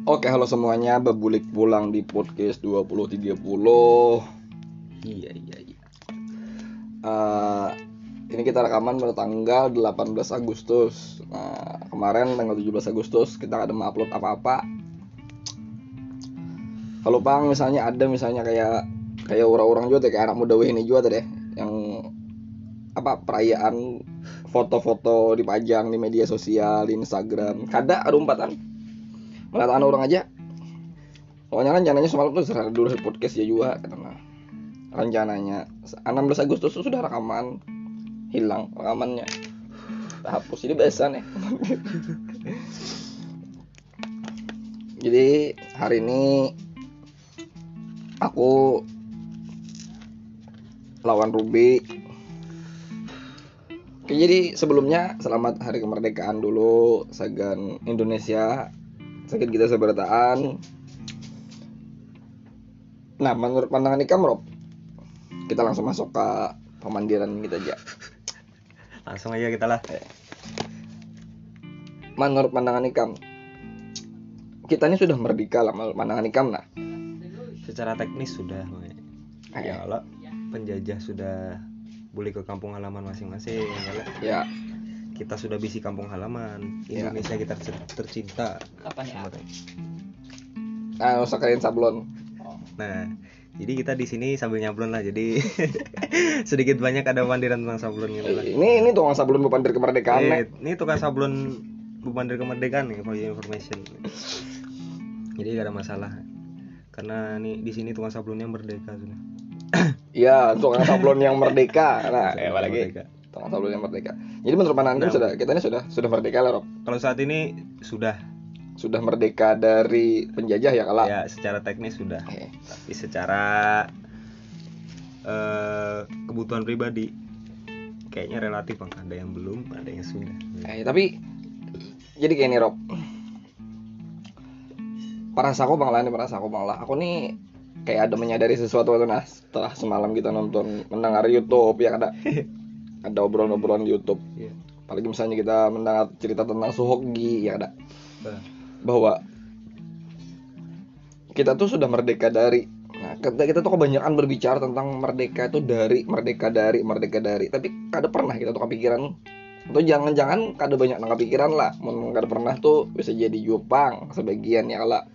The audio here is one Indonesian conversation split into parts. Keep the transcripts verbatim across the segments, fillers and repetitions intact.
Oke, halo semuanya, bebulik pulang di podcast dua puluh tiga puluh. Iya, iya, iya. Uh, ini kita rekaman pada tanggal delapan belas Agustus. Nah, kemarin tanggal tujuh belas Agustus kita gak ada upload apa-apa. Kalau Bang misalnya ada misalnya kayak kayak orang-orang juga deh, kayak anak muda ini juga deh, yang apa perayaan foto-foto dipajang di media sosial, di Instagram. Kada ada umpatan. Melihat orang aja. Pokoknya rencananya semalam tuh serah dulu podcast ya juga karena rencananya enam belas Agustus tuh sudah rekaman, hilang rekamannya, hapus. Ini biasa nih. Jadi hari ini aku lawan Ruby. Oke, jadi sebelumnya selamat hari kemerdekaan dulu sagan Indonesia, sagan kita seberataan. Nah, menurut pandangan Ikam, Rob, kita langsung masuk ke pemandiran kita aja. Langsung aja kita lah. Menurut pandangan Ikam, kita ini sudah merdeka lah menurut pandangan Ikam, nah. Secara teknis sudah. Eh. Ya kalau penjajah sudah boleh ke kampung halaman masing-masing, kalau Ya. kita sudah bisi kampung halaman. Ya. Indonesia kita tercinta. Kapan ya? Nah, usah kalian sablon. Nah, jadi kita di sini sambil nyablon lah. Jadi sedikit banyak ada pandiran tentang sablon gitu lah. Ini ini tukang sablon bepandir kemerdekaan. Eh, ini tukang sablon bepandir kemerdekaan nih, for your information. Jadi gak ada masalah. Karena nih di sini tukang sablonnya merdeka sudah. Iya, tukang sablon yang merdeka. Nah, kayak apa lagi? Merdeka. Tukang sablon yang merdeka. Jadi menurut pandangan Ikam Nah, sudah kita ini sudah sudah merdeka lah, Rob. Kalau saat ini sudah Sudah merdeka dari penjajah ya kalau. ya secara teknis sudah. Oke. Tapi secara eh, kebutuhan pribadi kayaknya relatif Bang. Ada yang belum, ada yang sudah. Eh, tapi jadi kayak ini, Rob. Perasa aku bang lah, ini perasa aku bang lah. Aku nih kayak ada menyadari sesuatu tuh, nah setelah semalam kita nonton mendengar YouTube ya, ada ada obrolan-obrolan di YouTube. Iya. Apalagi misalnya kita mendengar cerita tentang Suhoki ya, ada Bah. bahwa kita tuh sudah merdeka dari. Nah, kita, kita tuh kebanyakan berbicara tentang merdeka itu dari, merdeka dari, merdeka dari. Tapi kada pernah kita tuh kepikiran, atau jangan-jangan kada banyak nang kepikiran lah. Mun kada pernah tuh bisa jadi Jepang sebagian ya lah.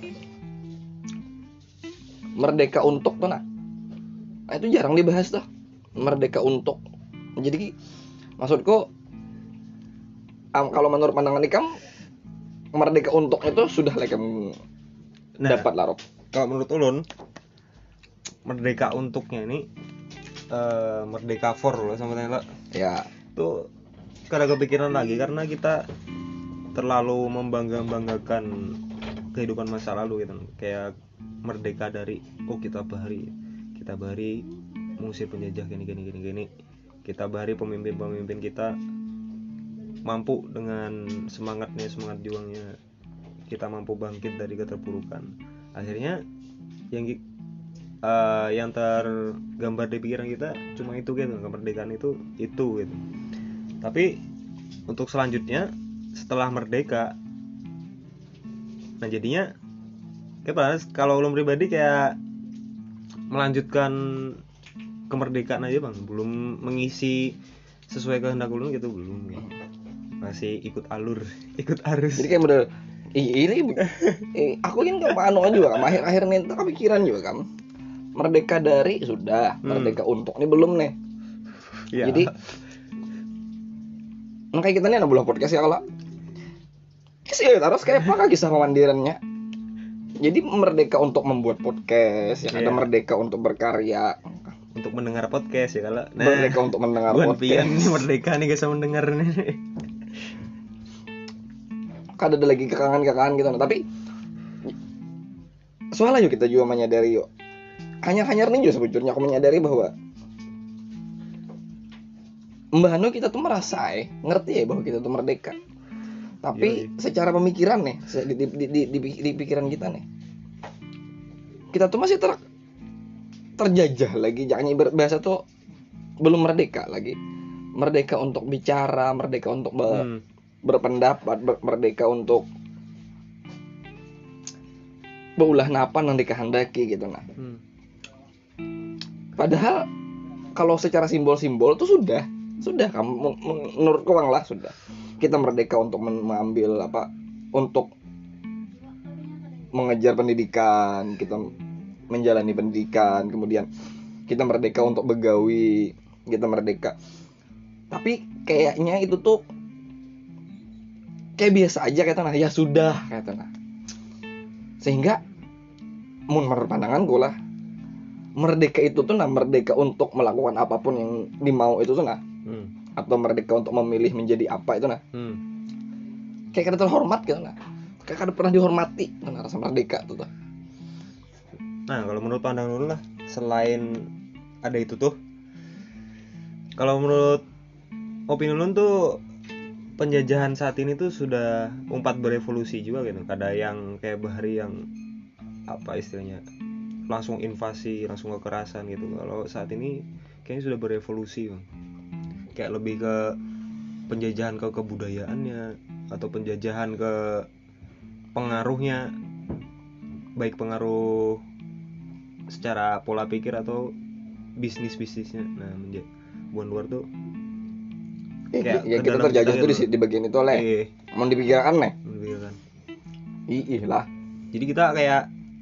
Merdeka untuk tuh nah. Nah, itu jarang dibahas tuh. Merdeka untuk. Jadi maksudku um, kalau menurut pandangan Ikam, merdeka untuk itu sudah like Nah, dapat lah, Rob. kalau menurut ulun merdeka untuknya ini eh, merdeka for loh sama tanya Ya, itu kada kepikiran lagi karena kita terlalu membangga-banggakan kehidupan masa lalu gitu. Kayak merdeka dari oh kita bahari kita bahari mengusir penjajah gini gini gini gini. Kita bahari pemimpin-pemimpin kita mampu dengan semangatnya, semangat juangnya kita mampu bangkit dari keterpurukan. Akhirnya yang uh, yang tergambar di pikiran kita cuma itu gitu, kemerdekaan itu itu gitu. Tapi untuk selanjutnya setelah merdeka, nah jadinya kayak kalau ulun pribadi kayak melanjutkan kemerdekaan aja bang, belum mengisi sesuai kehendak ulun gitu, belum gitu. Masih ikut alur, ikut arus. jadi kayak model ini eh, aku ini kemana juga kan akhir-akhir ini tak kepikiran juga kan merdeka dari sudah, merdeka hmm. untuk ini belum nih ya. Jadi makanya kita nih ada bulan podcast ya kalau sih harus kayak apa kisah pemandirannya. Jadi merdeka untuk membuat podcast ya, ada merdeka untuk berkarya, untuk mendengar podcast ya kalau nah, merdeka untuk mendengar podcast. Pian nih merdeka nih guys mendengar nih. Kan ada lagi kekangan-kekangan gitu, nah, tapi soalnya yuk kita juga menyadari yuk hanya-hanya nih juga sebetulnya aku menyadari bahwa Mbak Hanu kita tuh merasa eh, ngerti ya bahwa kita tuh merdeka, tapi Yoi. secara pemikiran nih di, di, di, di, di, di pikiran kita nih kita tuh masih ter, terjajah lagi, jangan ibarat bahasa tuh belum merdeka lagi, merdeka untuk bicara, merdeka untuk be, hmm. berpendapat, ber, merdeka untuk beulah napa nang dikehendaki gitu nah. Hmm. Padahal kalau secara simbol-simbol tuh sudah sudah kamu menurut Kawang lah sudah kita merdeka untuk mengambil apa untuk mengejar pendidikan, kita menjalani pendidikan, kemudian kita merdeka untuk begawi, kita merdeka. Tapi kayaknya itu tuh kayak biasa aja kata nah, ya sudah kata nah. Sehingga menurut pandangan gue lah merdeka itu tuh nah merdeka untuk melakukan apapun yang dimau itu tuh nah hmm. atau merdeka untuk memilih menjadi apa itu nah hmm. kayak kada terhormat gitu nah kayak kada pernah dihormati tuh nah rasa merdeka tuh tuh. Nah kalau menurut pandangan lu lah selain ada itu tuh kalau menurut opini lu tuh penjajahan saat ini tuh sudah umpat berevolusi juga gitu. Kada yang kayak bahari yang apa istilahnya langsung invasi, langsung kekerasan gitu. Kalau saat ini kayaknya sudah berevolusi bang. Kayak lebih ke penjajahan ke kebudayaannya atau penjajahan ke pengaruhnya, baik pengaruh secara pola pikir atau bisnis-bisnisnya. Nah menjadi buan luar tuh Eh, ya kita terjajah tuh di, di bagian itu oleh eh, mau dipikirkan nih dipikirkan iya lah jadi kita kayak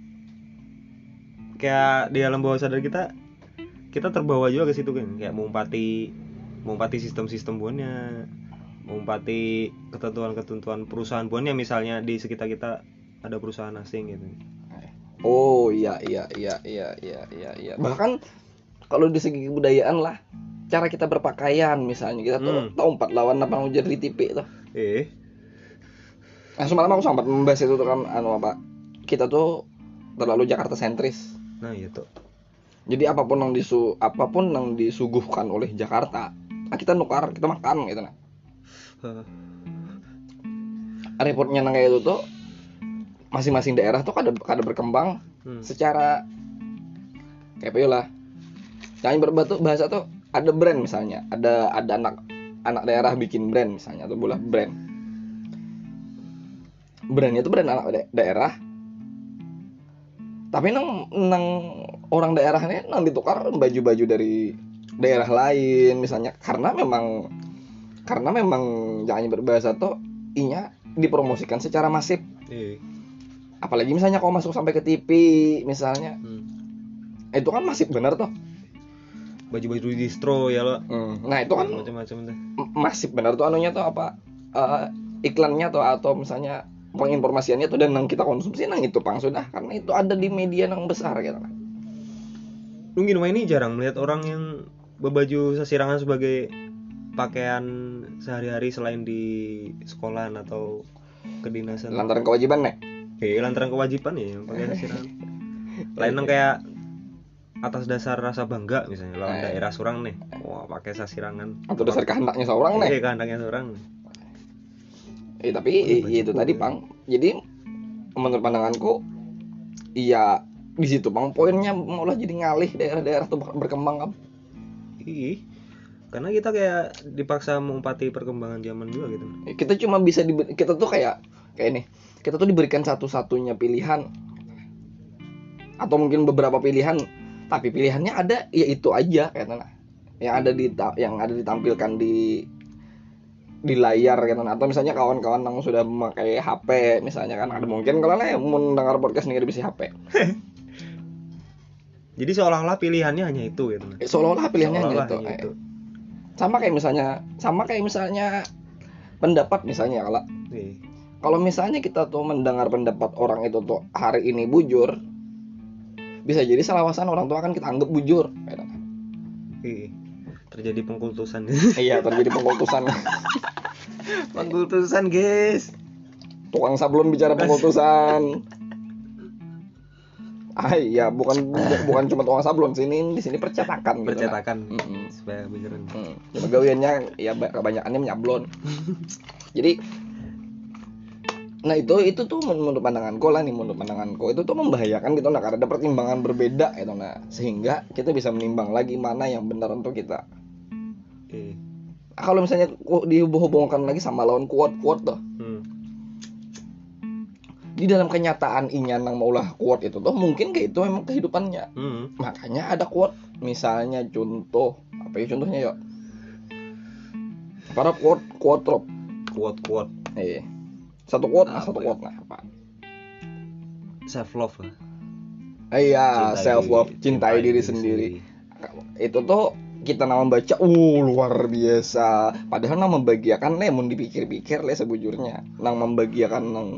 kayak di alam bawah sadar kita kita terbawa juga ke situ kan kayak mengumpati mengumpati sistem-sistem buannya mengumpati ketentuan-ketentuan perusahaan buannya misalnya di sekitar kita ada perusahaan asing gitu. Oh iya iya iya iya iya iya, iya. Bahkan kalau di segi kebudayaan lah cara kita berpakaian misalnya kita tuh hmm. tahu empat lawan apa ujar di T V tuh. Eh. Nah semalam aku sempat membahas itu tuh kan anu apa kita tuh terlalu Jakarta sentris. Nah iya tuh. Jadi apapun yang disu apapun yang disuguhkan oleh Jakarta, kita nukar, kita makan gitu nah. Uh. Repotnya nang kayak itu tuh masing-masing daerah tuh kada kada berkembang hmm. secara kayak apa lah. Jangan berbatu bahasa tuh ada brand misalnya, ada ada anak anak daerah bikin brand misalnya atau bola brand. Brandnya itu brand anak da- daerah. Tapi nang nang orang daerahnya nang ditukar baju-baju dari daerah lain misalnya karena memang karena memang jangan berbahasa tuh inya dipromosikan secara masif. E. Apalagi misalnya kalau masuk sampai ke T V misalnya. Hmm. Itu kan masif benar tuh. Baju-baju distro ya lo. Hmm. Nah itu kan macam-macam deh. Masif benar tuh anunya tuh apa uh, iklannya tuh atau misalnya penginformasiannya tuh dan yang kita konsumsi nang itu pang sudah karena itu ada di media yang besar gitu kan. Mungkin ini jarang melihat orang yang berbaju sasirangan sebagai pakaian sehari-hari selain di sekolahan atau kedinasan. Lantaran kewajiban nih. Eh lantaran kewajiban ya pakai sasirangan. Lain yang kayak atas dasar rasa bangga misalnya lawan eh. daerah surang nih wah pakai sasirangan atau dasar kehendaknya seorang nih eh kehendaknya seorang eh tapi oh, i- itu tadi pang jadi menurut pandanganku iya di situ pang poinnya malah jadi ngalih daerah-daerah tuh berkembang kan ih karena kita kayak dipaksa mengumpati perkembangan zaman juga gitu kita cuma bisa di, kita tuh kayak kayak nih kita tuh diberikan satu-satunya pilihan atau mungkin beberapa pilihan tapi pilihannya ada ya itu aja kayaknya yang ada di yang ada ditampilkan di di layar gitu atau misalnya kawan-kawan yang sudah memakai H P misalnya kan ada mungkin kalau nih mau dengar podcast nih bisa H P. Jadi seolah-olah pilihannya hanya itu gitu. Seolah-olah pilihannya seolah-olah hanya itu. Hanya itu. Sama kayak misalnya sama kayak misalnya pendapat misalnya kalau iya. Kalau misalnya kita tuh mendengar pendapat orang itu tuh hari ini bujur bisa jadi salawasan orang tua kan kita anggap bujur kayak Iya. Terjadi pengkultusan. Iya, terjadi pengkultusan. Pengkultusan, guys. Tukang sablon bicara pengkultusan. Ah iya, bukan bukan cuma tukang sablon sini di sini percetakan gitu. Percetakan. Nah. Mm-hmm. Supaya beneran. Mm. Cuma gawiannya ya kebanyakannya menyablon. Jadi nah itu itu tuh menurut pandanganku lah nih menurut pandanganku itu tuh membahayakan gitu nah karena ada pertimbangan berbeda gitu nah sehingga kita bisa menimbang lagi mana yang benar untuk kita. Okay. Kalau misalnya dihubung-hubungkan lagi sama lawan quote-quote tuh. Hmm. di dalam kenyataan inya nang maulah quote itu tuh mungkin kayak itu emang kehidupannya. Hmm. Makanya ada quote, misalnya contoh apa ya contohnya yuk, para quote quote trop Quote quote eh satu quote nah Apa satu ya? quote nah apa self love lah. eh ya Cintai- self love, cintai diri sendiri. Itu tuh kita nama baca uh luar biasa, padahal nang membagiakan nih mau dipikir-pikir le sebujurnya nang membagiakan nang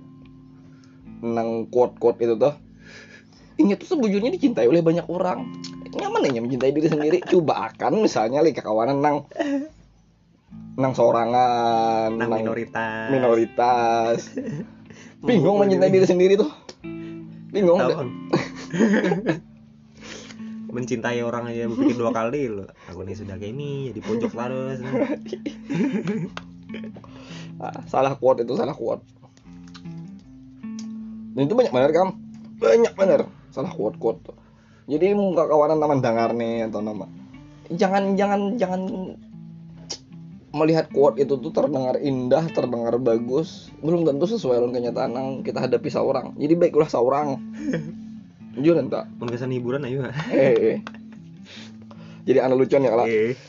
nang quote-quote itu tuh ini tuh sebujurnya dicintai oleh banyak orang. Nyaman ya mencintai diri sendiri. Coba akan misalnya li kawanan nang nang sorangan, Nang minoritas. minoritas. Bingung mencintai diri sendiri tuh. Bingung. Tahu, deh. Bang. Mencintai orang aja berpikir dua kali loh. Aku nih sudah kayak ini jadi pojok terus. Ah, salah quote itu salah quote. Dan itu banyak bener kam, banyak bener salah quote quote. Jadi muka kawanan nama dengar nih atau nama. Jangan jangan jangan melihat quote itu tuh terdengar indah, terdengar bagus, belum tentu sesuai dengan kenyataan yang kita hadapi seorang. Jadi baiklah seorang. Jujur entah. Mengkesan hiburan ayo. Eh, eh. Jadi anu lucuan ya kalau Eh.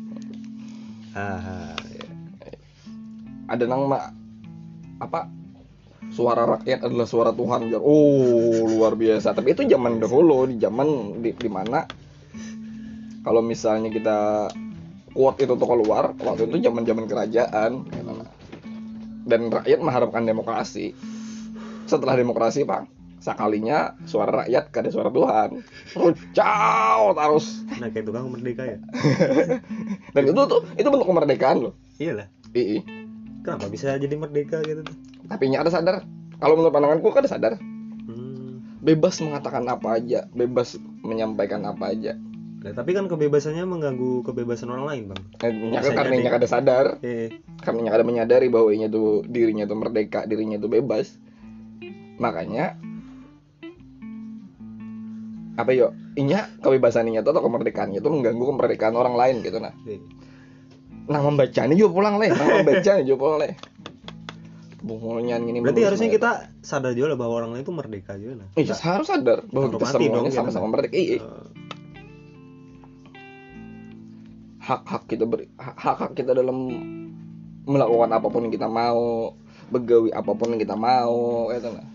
Ah, ada nang mak apa suara rakyat adalah suara Tuhan. Oh luar biasa. Tapi itu zaman dahulu, di zaman di, di mana kalau misalnya kita quote itu tuh keluar waktu itu zaman zaman kerajaan dan rakyat mengharapkan demokrasi. Setelah demokrasi bang, sekalinya suara rakyat kada suara Tuhan. Rucau terus. nah kayak tukang merdeka ya. Dan itu tuh itu bentuk kemerdekaan loh. Iyalah. Ii. Kenapa bisa jadi merdeka gitu tuh? Tapi nya ada sadar. Kalau menurut pandanganku ada sadar. Hmm. Bebas mengatakan apa aja, bebas menyampaikan apa aja. Nah, tapi kan kebebasannya mengganggu kebebasan orang lain, Bang. Eh, nya Bisa karena jadi. nya kada sadar, Eh, karena nya kada menyadari bahwa inya tuh dirinya tuh merdeka, dirinya tuh bebas. Makanya apa yo? Inya kebebasan inya tuh atau kemerdekaannya tuh mengganggu kemerdekaan orang lain gitu nah. eh. Nah membacanya juga pulang leh, nah membacanya juga pulang leh. Bungunya ini. Berarti harusnya kita sadar juga lah bahwa orang lain itu merdeka juga nah. Iya harus sadar bahwa kita Hormati dong, semuanya gitu. sama-sama merdeka. Iya. Eh, Hak-hak kita ber, hak-hak kita dalam melakukan apapun yang kita mau, begawi apapun yang kita mau, itu nah.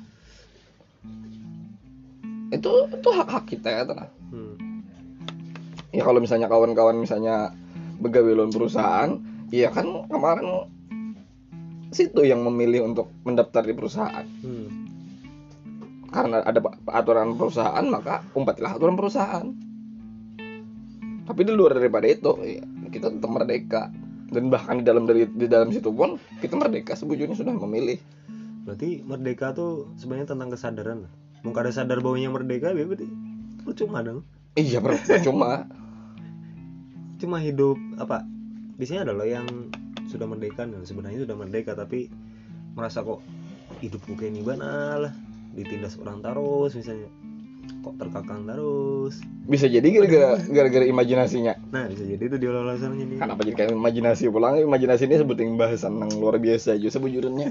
Itu itu hak-hak kita ya nah. hmm. Ya kalau misalnya kawan-kawan misalnya begawi lawan perusahaan, iya kan kemarin situ yang memilih untuk mendaftar di perusahaan. Hmm. Karena ada aturan perusahaan maka umpatilah aturan perusahaan. Tapi di luar daripada itu, ya, kita tetap merdeka. Dan bahkan di dalam dari di dalam situ pun kita merdeka sebujurnya sudah memilih. Berarti merdeka tuh sebenarnya tentang kesadaran lah. Mau kada sadar bahwanya merdeka, ya berarti percuma dong. Iya percuma. Cuma hidup apa? Biasanya ada loh yang sudah merdeka dan sebenarnya sudah merdeka tapi merasa kok hidupku kayak ini banal lah, ditindas orang terus misalnya. Kok terkakang terus. Bisa jadi gara-gara gara-gara imajinasinya. Nah, bisa jadi itu dia alasannya nih. Kenapa jadi kayak imajinasi pulang? Imajinasi ini sebutin bahasan yang luar biasa aja sebujurnya.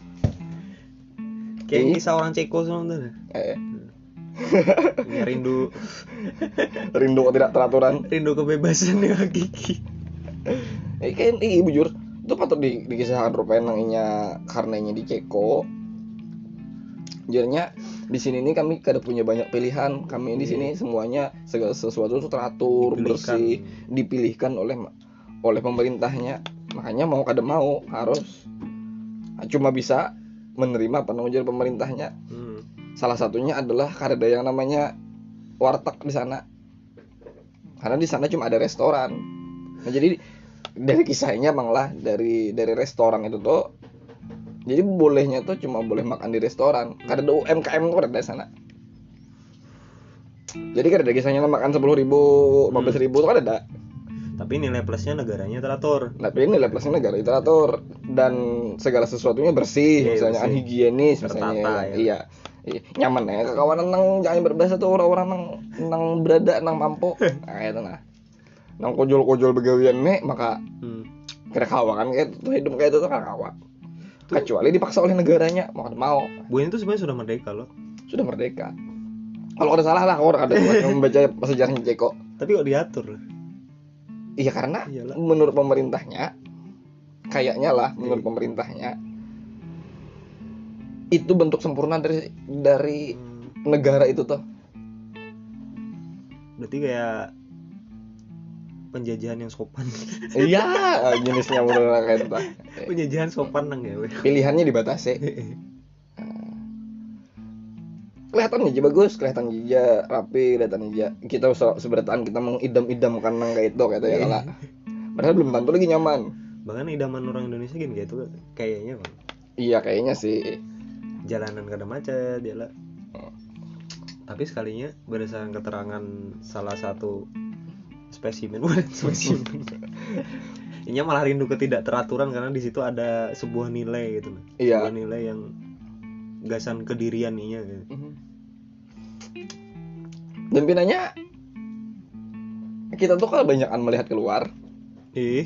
Kayak Ih. kisah orang Ceko sebenarnya. Eh, Ya, rindu rindu tidak teraturan. rindu kebebasan ya Kiki. Eh kan iya bujur. Itu patut di dikisahkan rupain nang inya karena inya di Ceko. Jadinya di sini nih kami kada punya banyak pilihan. Kami di sini semuanya segala sesuatu itu teratur, Dipilihkan. bersih, dipilihkan oleh oleh pemerintahnya. Makanya mau kada mau harus cuma bisa menerima penanggung jawab pemerintahnya. Hmm. Salah satunya adalah karena ada yang namanya warteg di sana. Karena di sana cuma ada restoran. Nah, jadi dari kisahnya Bang lah dari dari restoran itu tuh jadi bolehnya tuh cuma boleh makan di restoran. Karena ada U M K M tuh ada di sana. Jadi kan ada kisahnya makan sepuluh ribu, lima belas ribu tuh kan ada. Tapi nilai plusnya negaranya teratur. Tapi ini nilai plusnya negara literatur dan segala sesuatunya bersih, Iya, misalnya kan bersih. higienis, Tertata, misalnya ya. iya. Iya, nyaman ya kawanan nang jangan berbahasa tuh orang-orang nang nang berada nang mampu. Nah, itu nah. Nang kojol-kojol begawian nih maka Hmm. kira kawa kan kayak tuh hidup kayak itu tuh kan kawa. kecuali dipaksa oleh negaranya mau mau. Bu ini tuh sebenarnya sudah merdeka loh. Sudah merdeka. Kalau ada salah lah, orang ada yang membaca sejarahnya Ceko. Tapi kok diatur? Iya karena Iyalah. menurut pemerintahnya, kayaknya lah menurut pemerintahnya itu bentuk sempurna dari dari Hmm, negara itu tuh. berarti kayak penjajahan yang sopan. Iya, jenisnya bener kayak itu. Penjajahan sopan nang ya. weh. Pilihannya dibatasi. Kelihatan aja bagus, kelihatan aja rapi, kelihatan aja kita usah seberataan kita mengidam-idamkan nang kayak itu kayak itu ya kalah. Padahal belum tentu lagi nyaman. Bahkan idaman orang Indonesia gini kayak itu kayaknya Bang. Iya kayaknya sih. Jalanan kada macet dia lah. Tapi sekalinya berdasarkan keterangan salah satu spesimen, bukan spesimen. Ini malah rindu ketidakteraturan karena di situ ada sebuah nilai gitu loh. Iya. Sebuah nilai yang gasan kedirian inya gitu. Dan pinanya kita tuh kalau banyakan melihat keluar, Ih,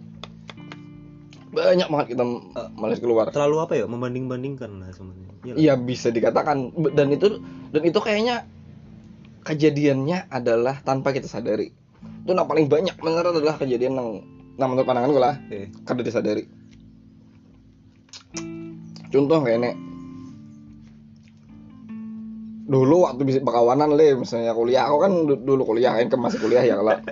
banyak banget kita uh, melihat keluar. terlalu apa ya? Membanding-bandingkan lah sebenarnya. Iya lah. Iya bisa dikatakan dan itu dan itu kayaknya kejadiannya adalah tanpa kita sadari. Itu yang paling banyak bener adalah kejadian yang nah menurut pandangan gue lah Eh, kada disadari. Contoh kayaknya dulu waktu bisa bakawanan le misalnya kuliah aku kan du- dulu kuliah kan masih kuliah ya kalau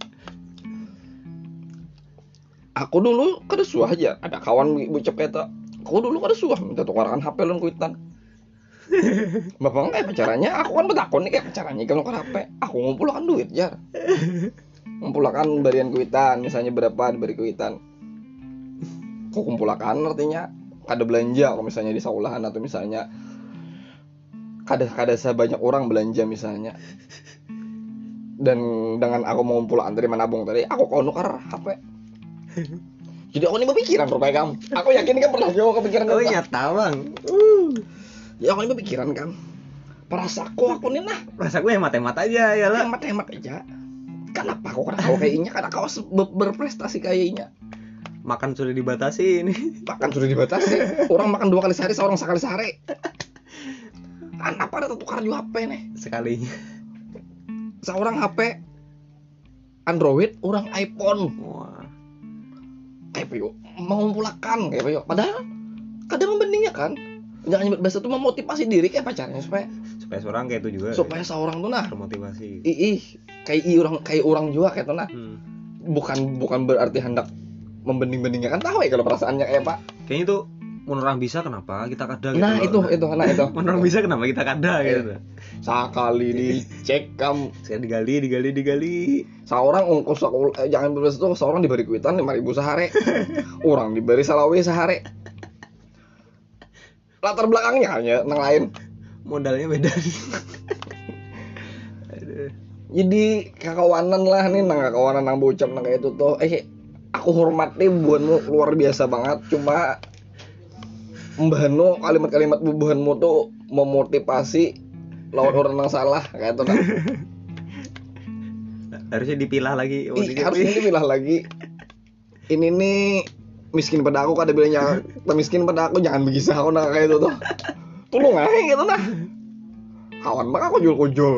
aku dulu kada suah aja ada kawan bucep eta aku dulu kada suah minta tukarkan H P lon kuitan bapak kayak pacarannya aku kan betakon nih kayak pacarannya kalau nuker H P aku ngumpulkan duit jar ngumpulkan barian kuitan misalnya berapa diberi kuitan aku kumpulkan artinya kada belanja kalau misalnya di sekolahan atau misalnya kada kada sebanyak orang belanja misalnya dan dengan aku mau pulang dari menabung tadi aku kau nukar H P jadi aku ini berpikiran rupanya kamu aku yakin kan pernah jauh kepikiran oh kan? nyata bang. Uh. Ya aku ini berpikiran kan perasaku aku ini nah Rasa gue hemat-hemat aja ya lah. hemat-hemat aja kenapa kau kada kau kayaknya kada kau se- ber- berprestasi kayaknya Makan sudah dibatasi ini. makan sudah dibatasi orang makan dua kali sehari seorang sekali sehari kenapa ada tukar juga H P nih Sekalinya. seorang H P Android, orang iPhone. Wah. Kayak Pio, mau mempulakan kayak Pio. Padahal kadang membandingnya kan. Jangan nyebut bahasa itu memotivasi diri kayak pacarnya supaya Supaya seorang kayak itu juga. supaya seorang tuh nah termotivasi. ih, ih kayak i orang kayak orang juga kayak tuh nah. Hmm. Bukan bukan berarti hendak membanding-bandingnya kan tahu ya kalau perasaannya kayak Pak. Kayaknya itu mun orang bisa kenapa kita kada gitu. Nah, loh. itu itu nah itu. Mun orang bisa kenapa kita kada gitu. Sekali dicek kam Sekali digali, digali, digali. seorang ongkos sekol- eh, jangan berbeda itu seorang diberi kuitan lima ribu sehari. Orang diberi salawe sehari. Latar belakangnya hanya nang lain. Modalnya beda. Aduh. Jadi kakawanan lah nih nang kakawanan nang bocap nang kayak itu tuh eh aku hormati buanmu luar biasa banget cuma mbahno kalimat-kalimat bubuhanmu tuh memotivasi lawan orang nang salah kayak itu nah. Harusnya dipilah lagi. Oh, Ih, harus ini pilih lagi ini nih miskin pada aku kada bilangnya miskin pada aku jangan begisah aku nang kayak itu tuh tolong aja gitu nah kawan bang aku jual-jual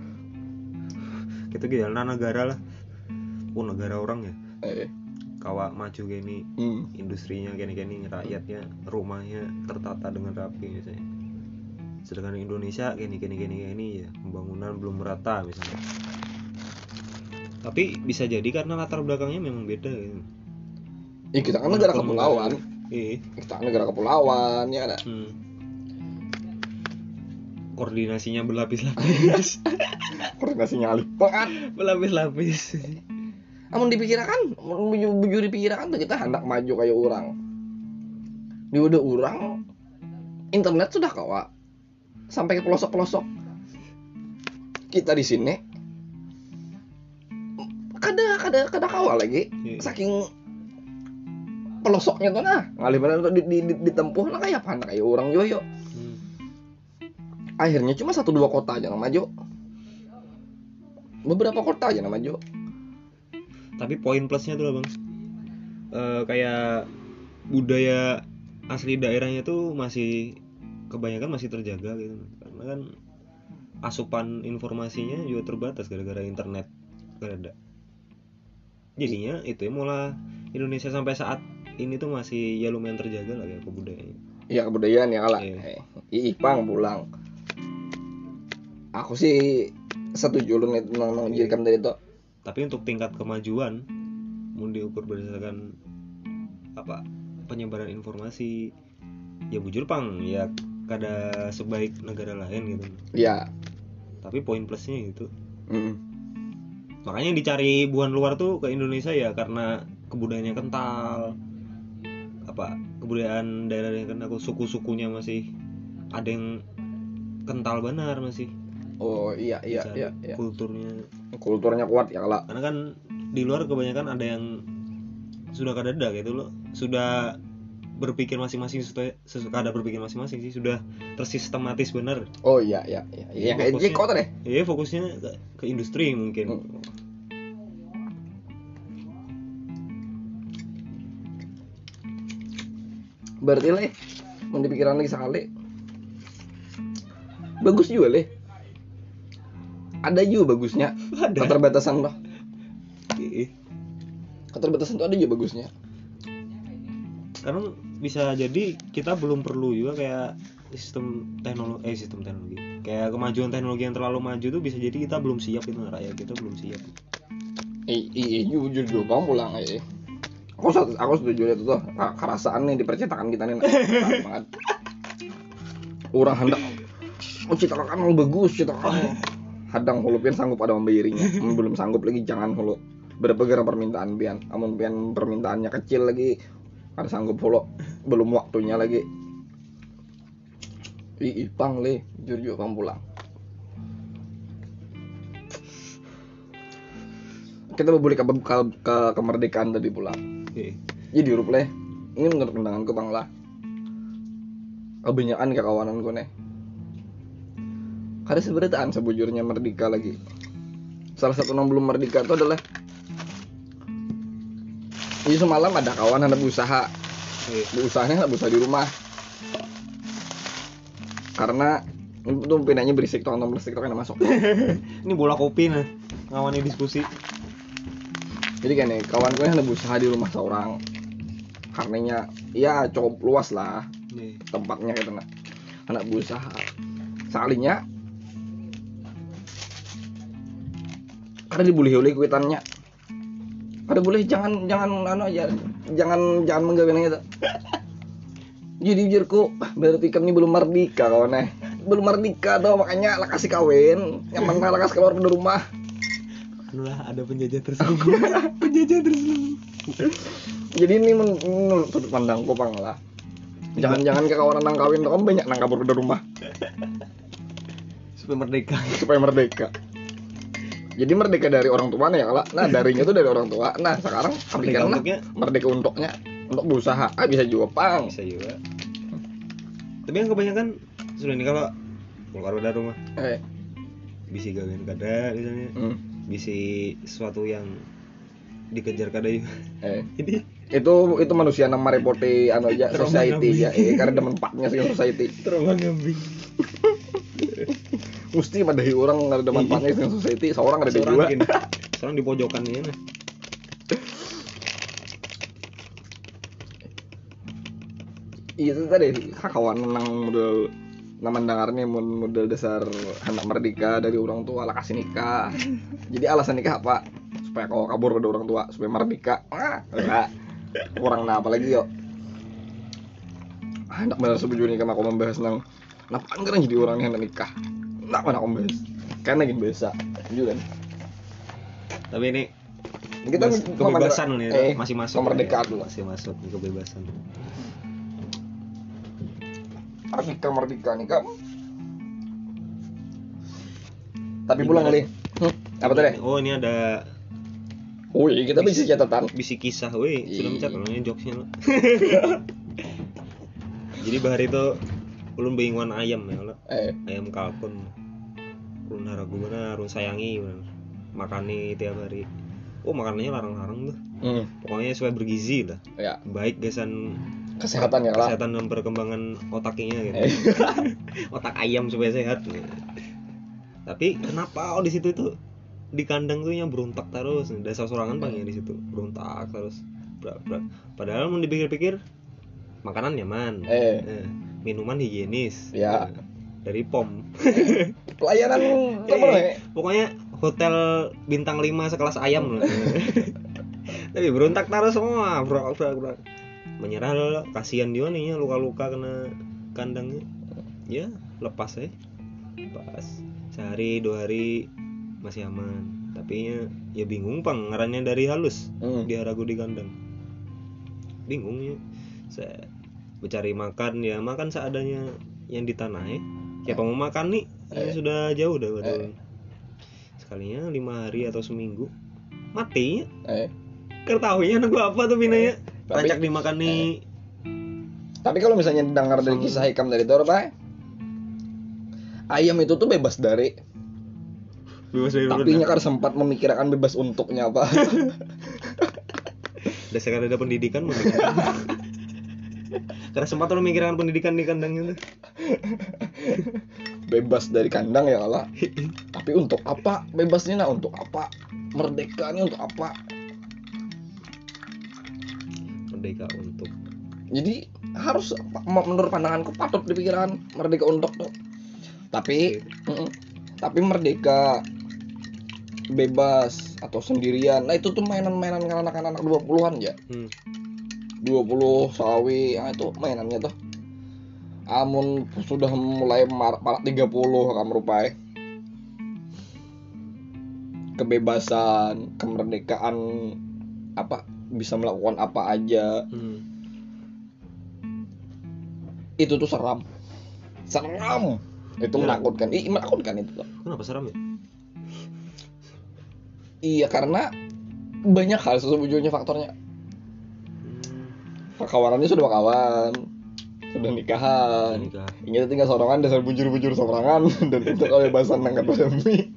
Kita gitu jalan negara lah. Oh negara orang ya. eh Kawa maju gini, hmm. industrinya gini-gini, rakyatnya, rumahnya tertata dengan rapi misalnya. Sedangkan Indonesia gini gini gini gini ya, pembangunan belum merata misalnya. Tapi bisa jadi karena latar belakangnya memang beda gitu. Ya, kita kan negara kepulauan Iya. kita kan negara kepulauan ya ada Hmm. Koordinasinya berlapis-lapis. koordinasinya alif banget. Berlapis-lapis. Namun dipikirkan, bujur, bujur dipikirkan tuh kita hendak maju kayak orang. Di udah orang, internet sudah kawa sampai ke pelosok-pelosok. Kita di sini, kada kada kada kawa lagi. Saking pelosoknya tuh nah, ngalih benar di, di, di, ditempuh lah kayak apa? Kayak orang juga yuk. Hmm. Akhirnya cuma satu dua kota aja yang maju. Beberapa kota aja yang maju. Tapi poin plusnya tuh lah bang, e, kayak budaya asli daerahnya tuh masih kebanyakan masih terjaga gitu, karena kan asupan informasinya juga terbatas gara-gara internet gak ada. Jadinya itu ya mulai Indonesia sampai saat ini tuh masih ya lumayan terjaga lah ya kebudayaannya. Iya kebudayaan ya kalah. Iya. Eh, Ipang pulang. Aku sih setuju lu nih tentang menjadikan dari itu. Tapi untuk tingkat kemajuan mau diukur berdasarkan apa penyebaran informasi, ya bujur pang ya kada sebaik negara lain gitu. Iya. Tapi poin plusnya gitu. Mm. Makanya yang dicari buan luar tuh ke Indonesia ya karena kebudayaannya kental, apa kebudayaan daerahnya kan aku suku-sukunya masih ada yang kental benar masih. Oh iya iya Dicari iya, iya. kulturnya. Kulturnya kuat ya kalah. Karena kan di luar kebanyakan ada yang sudah kadada gitu loh, sudah berpikir masing-masing, sudah sesuka ada berpikir masing-masing sih, sudah tersistematis benar. Oh iya iya iya. Yang kayak Fokusnya- J-Kota deh. Iya fokusnya ke, ke industri mungkin. Hmm. Berarti leh mau dipikiran lagi sekali. Bagus juga leh. Ada juga bagusnya. Ada. Keterbatasan loh. Iya. Keterbatasan tuh ada juga bagusnya. Karena bisa jadi kita belum perlu juga kayak sistem teknologi eh sistem teknologi kayak kemajuan teknologi yang terlalu maju tuh bisa jadi kita belum siap itu, rakyat kita belum siap. Iya iya jujur juga bang pulang aja. Aku satu- aku setuju itu tuh Ka- kerasaan nih di percetakan kita nih. Nah, banget. Orang hendak oh cetakan yang bagus cetakan. Hadang hulu pian sanggup ada membayarinya. Hmm, belum sanggup lagi jangan hulu. Berapa gara permintaan pian. Amun pian permintaannya kecil lagi ada sanggup hulu. Belum waktunya lagi. Ih, Ipang le, jujur juga bang pulang. Kita berbalik ke, ke, ke kemerdekaan tadi pulang. Iya. Jadi huruf leh, ini menurut pandanganku bang lah. Kebanyakan kekawananku nih. Karena seberitaan sebujurnya merdeka lagi. Salah satu yang belum merdeka itu adalah ini semalam ada kawan anak usaha, Iya. usahanya anak usaha di rumah. Karena itu pinanya berisik tuh, nonton berisik tuh kena masuk. Ini bola kopi nah ngawani diskusi. Jadi kan nih kawan gue anak usaha di rumah seorang. Karenanya ya cukup luas lah Iya. tempatnya gitu nak. Anak usaha. Sekalinya karena dibully oleh kuitannya. Karena boleh jangan jangan anu aja, jangan jangan menggawean itu. Jadi jujurku berarti kami belum merdeka kawan eh. Belum merdeka tuh makanya lah kasih kawin. Yang mana lah kasih keluar dari rumah. Anu lah ada penjajah tersembunyi. Penjajah tersembunyi. Jadi ini men- menurut sudut pandangku pang lah. Jangan-jangan ke kawanan nang kawin tuh kan banyak nang kabur dari rumah Supaya merdeka. supaya merdeka. Jadi merdeka dari orang tuanya ya kalau. Nah darinya tuh dari orang tua. Nah sekarang Merdeka aplikasinya untuknya merdeka untuknya untuk berusaha. Ah bisa juga pang. bisa juga. Tapi yang kebanyakan sudah nih kalau keluar dari rumah Eh, bisa gawean kada misalnya, hmm, bisa sesuatu yang dikejar kada juga. eh. Jadi itu itu manusia nama repoti anu aja Terombang society ambing. ya eh, karena demen paknya sih society terombang ambing. mesti pada orang ada demen paknya sih society seorang ada di Seorang dua gini, seorang di pojokan ini nah. iya itu tadi kawan nang model nama dengarnya model dasar anak merdeka dari orang tua lah kasih nikah. Jadi alasan nikah apa? Supaya kau kabur dari orang tua supaya merdeka. Ah, enggak. Kurang nah apalagi yo. Ah, hendak benar sebujurnya kama aku membahas nang kenapa enggak jadi orang yang hendak nikah. Enggak mana aku membahas. Karena gini biasa. Jujur kan. Tapi ini Kita Bebas- kebebasan memandang- nih eh, masih masuk kemerdekaan ya, dulu. masih masuk kebebasan. Merdeka merdeka nih kamu. Tapi pulang kali. Hmm, apa tadi? Oh ini ada Oh iya kita bisa catatan. bisi kisah, weh sudah Iya. mencatat ini jokesnya lo. Jadi bahari itu ulun bingungan ayam ya lo, Eh, ayam kalkun. Ulun haragu mana, ulun sayangi mana. Makani tiap hari. Oh makanannya larang-larang tuh. hmm, Pokoknya supaya bergizi lah. ya. Baik gasan kesehatan ya lah. Kesehatan dan perkembangan otaknya gitu. Eh. Otak ayam supaya sehat. Tapi kenapa oh di situ tuh di kandang tuh yang berontak terus. Dasar sorangan bang ya di situ berontak terus. Brak, brak. Padahal mau dipikir-pikir makanan nyaman, Eh. eh, minuman higienis, Ya. eh, dari P O M. Pelayanan apa Eh, pokoknya hotel bintang lima sekelas ayam lah. Tapi berontak terus semua, brak, brak, brak. Menyerah lah, kasihan dia nih ya, luka-luka kena kandangnya. Ya lepas ya, lepas sehari dua hari masih aman. Tapi ya, ya bingung pang ngarannya dari halus Hmm. dia ragu di kandang. Bingung ya, saya mencari makan ya makan seadanya yang di tanah ya. Siapa mau makan nih? Eh. Ini sudah jauh dah betul. Eh. Sekalinya lima hari atau seminggu mati. Eh. Ketahuinya anak gua apa tuh binanya. Tapi- Rancak dimakan nih. Tapi kalau misalnya dengar dari Sama- kisah hikam dari Toro, Pak, ayam itu tuh bebas dari, Bebas dari tapi nyakar sempat memikirkan bebas untuknya, Pak. dasar ada pendidikan memikirkan. Karena sempat lo memikirkan pendidikan di kandangnya tuh. Bebas dari kandang ya Allah. Tapi untuk apa bebasnya? Nah, untuk apa? Merdekanya untuk apa? Merdeka untuk Jadi harus menurut pandanganku patut dipikirkan merdeka untuk tuh. Tapi mm-mm. tapi merdeka bebas atau sendirian. Nah, itu tuh mainan-mainan anak-anak dua puluhan ya. hmm. dua puluh sawi, nah itu mainannya tuh. Amun sudah mulai mar- palak tiga puluh akan merupai kebebasan, kemerdekaan, apa bisa melakukan apa aja. Hmm. Itu tuh seram. Seram. Itu Ya. menakutkan. Ih, menakutkan itu tuh. Kenapa seram ya? Iya, karena banyak hal sesungguhnya faktornya. Hmm. Kawanannya sudah kawan, sudah nikahan. Nikah. Ini tinggal sorangan dasar bujur-bujur sorangan dan itu kebebasan nangkat pandemi.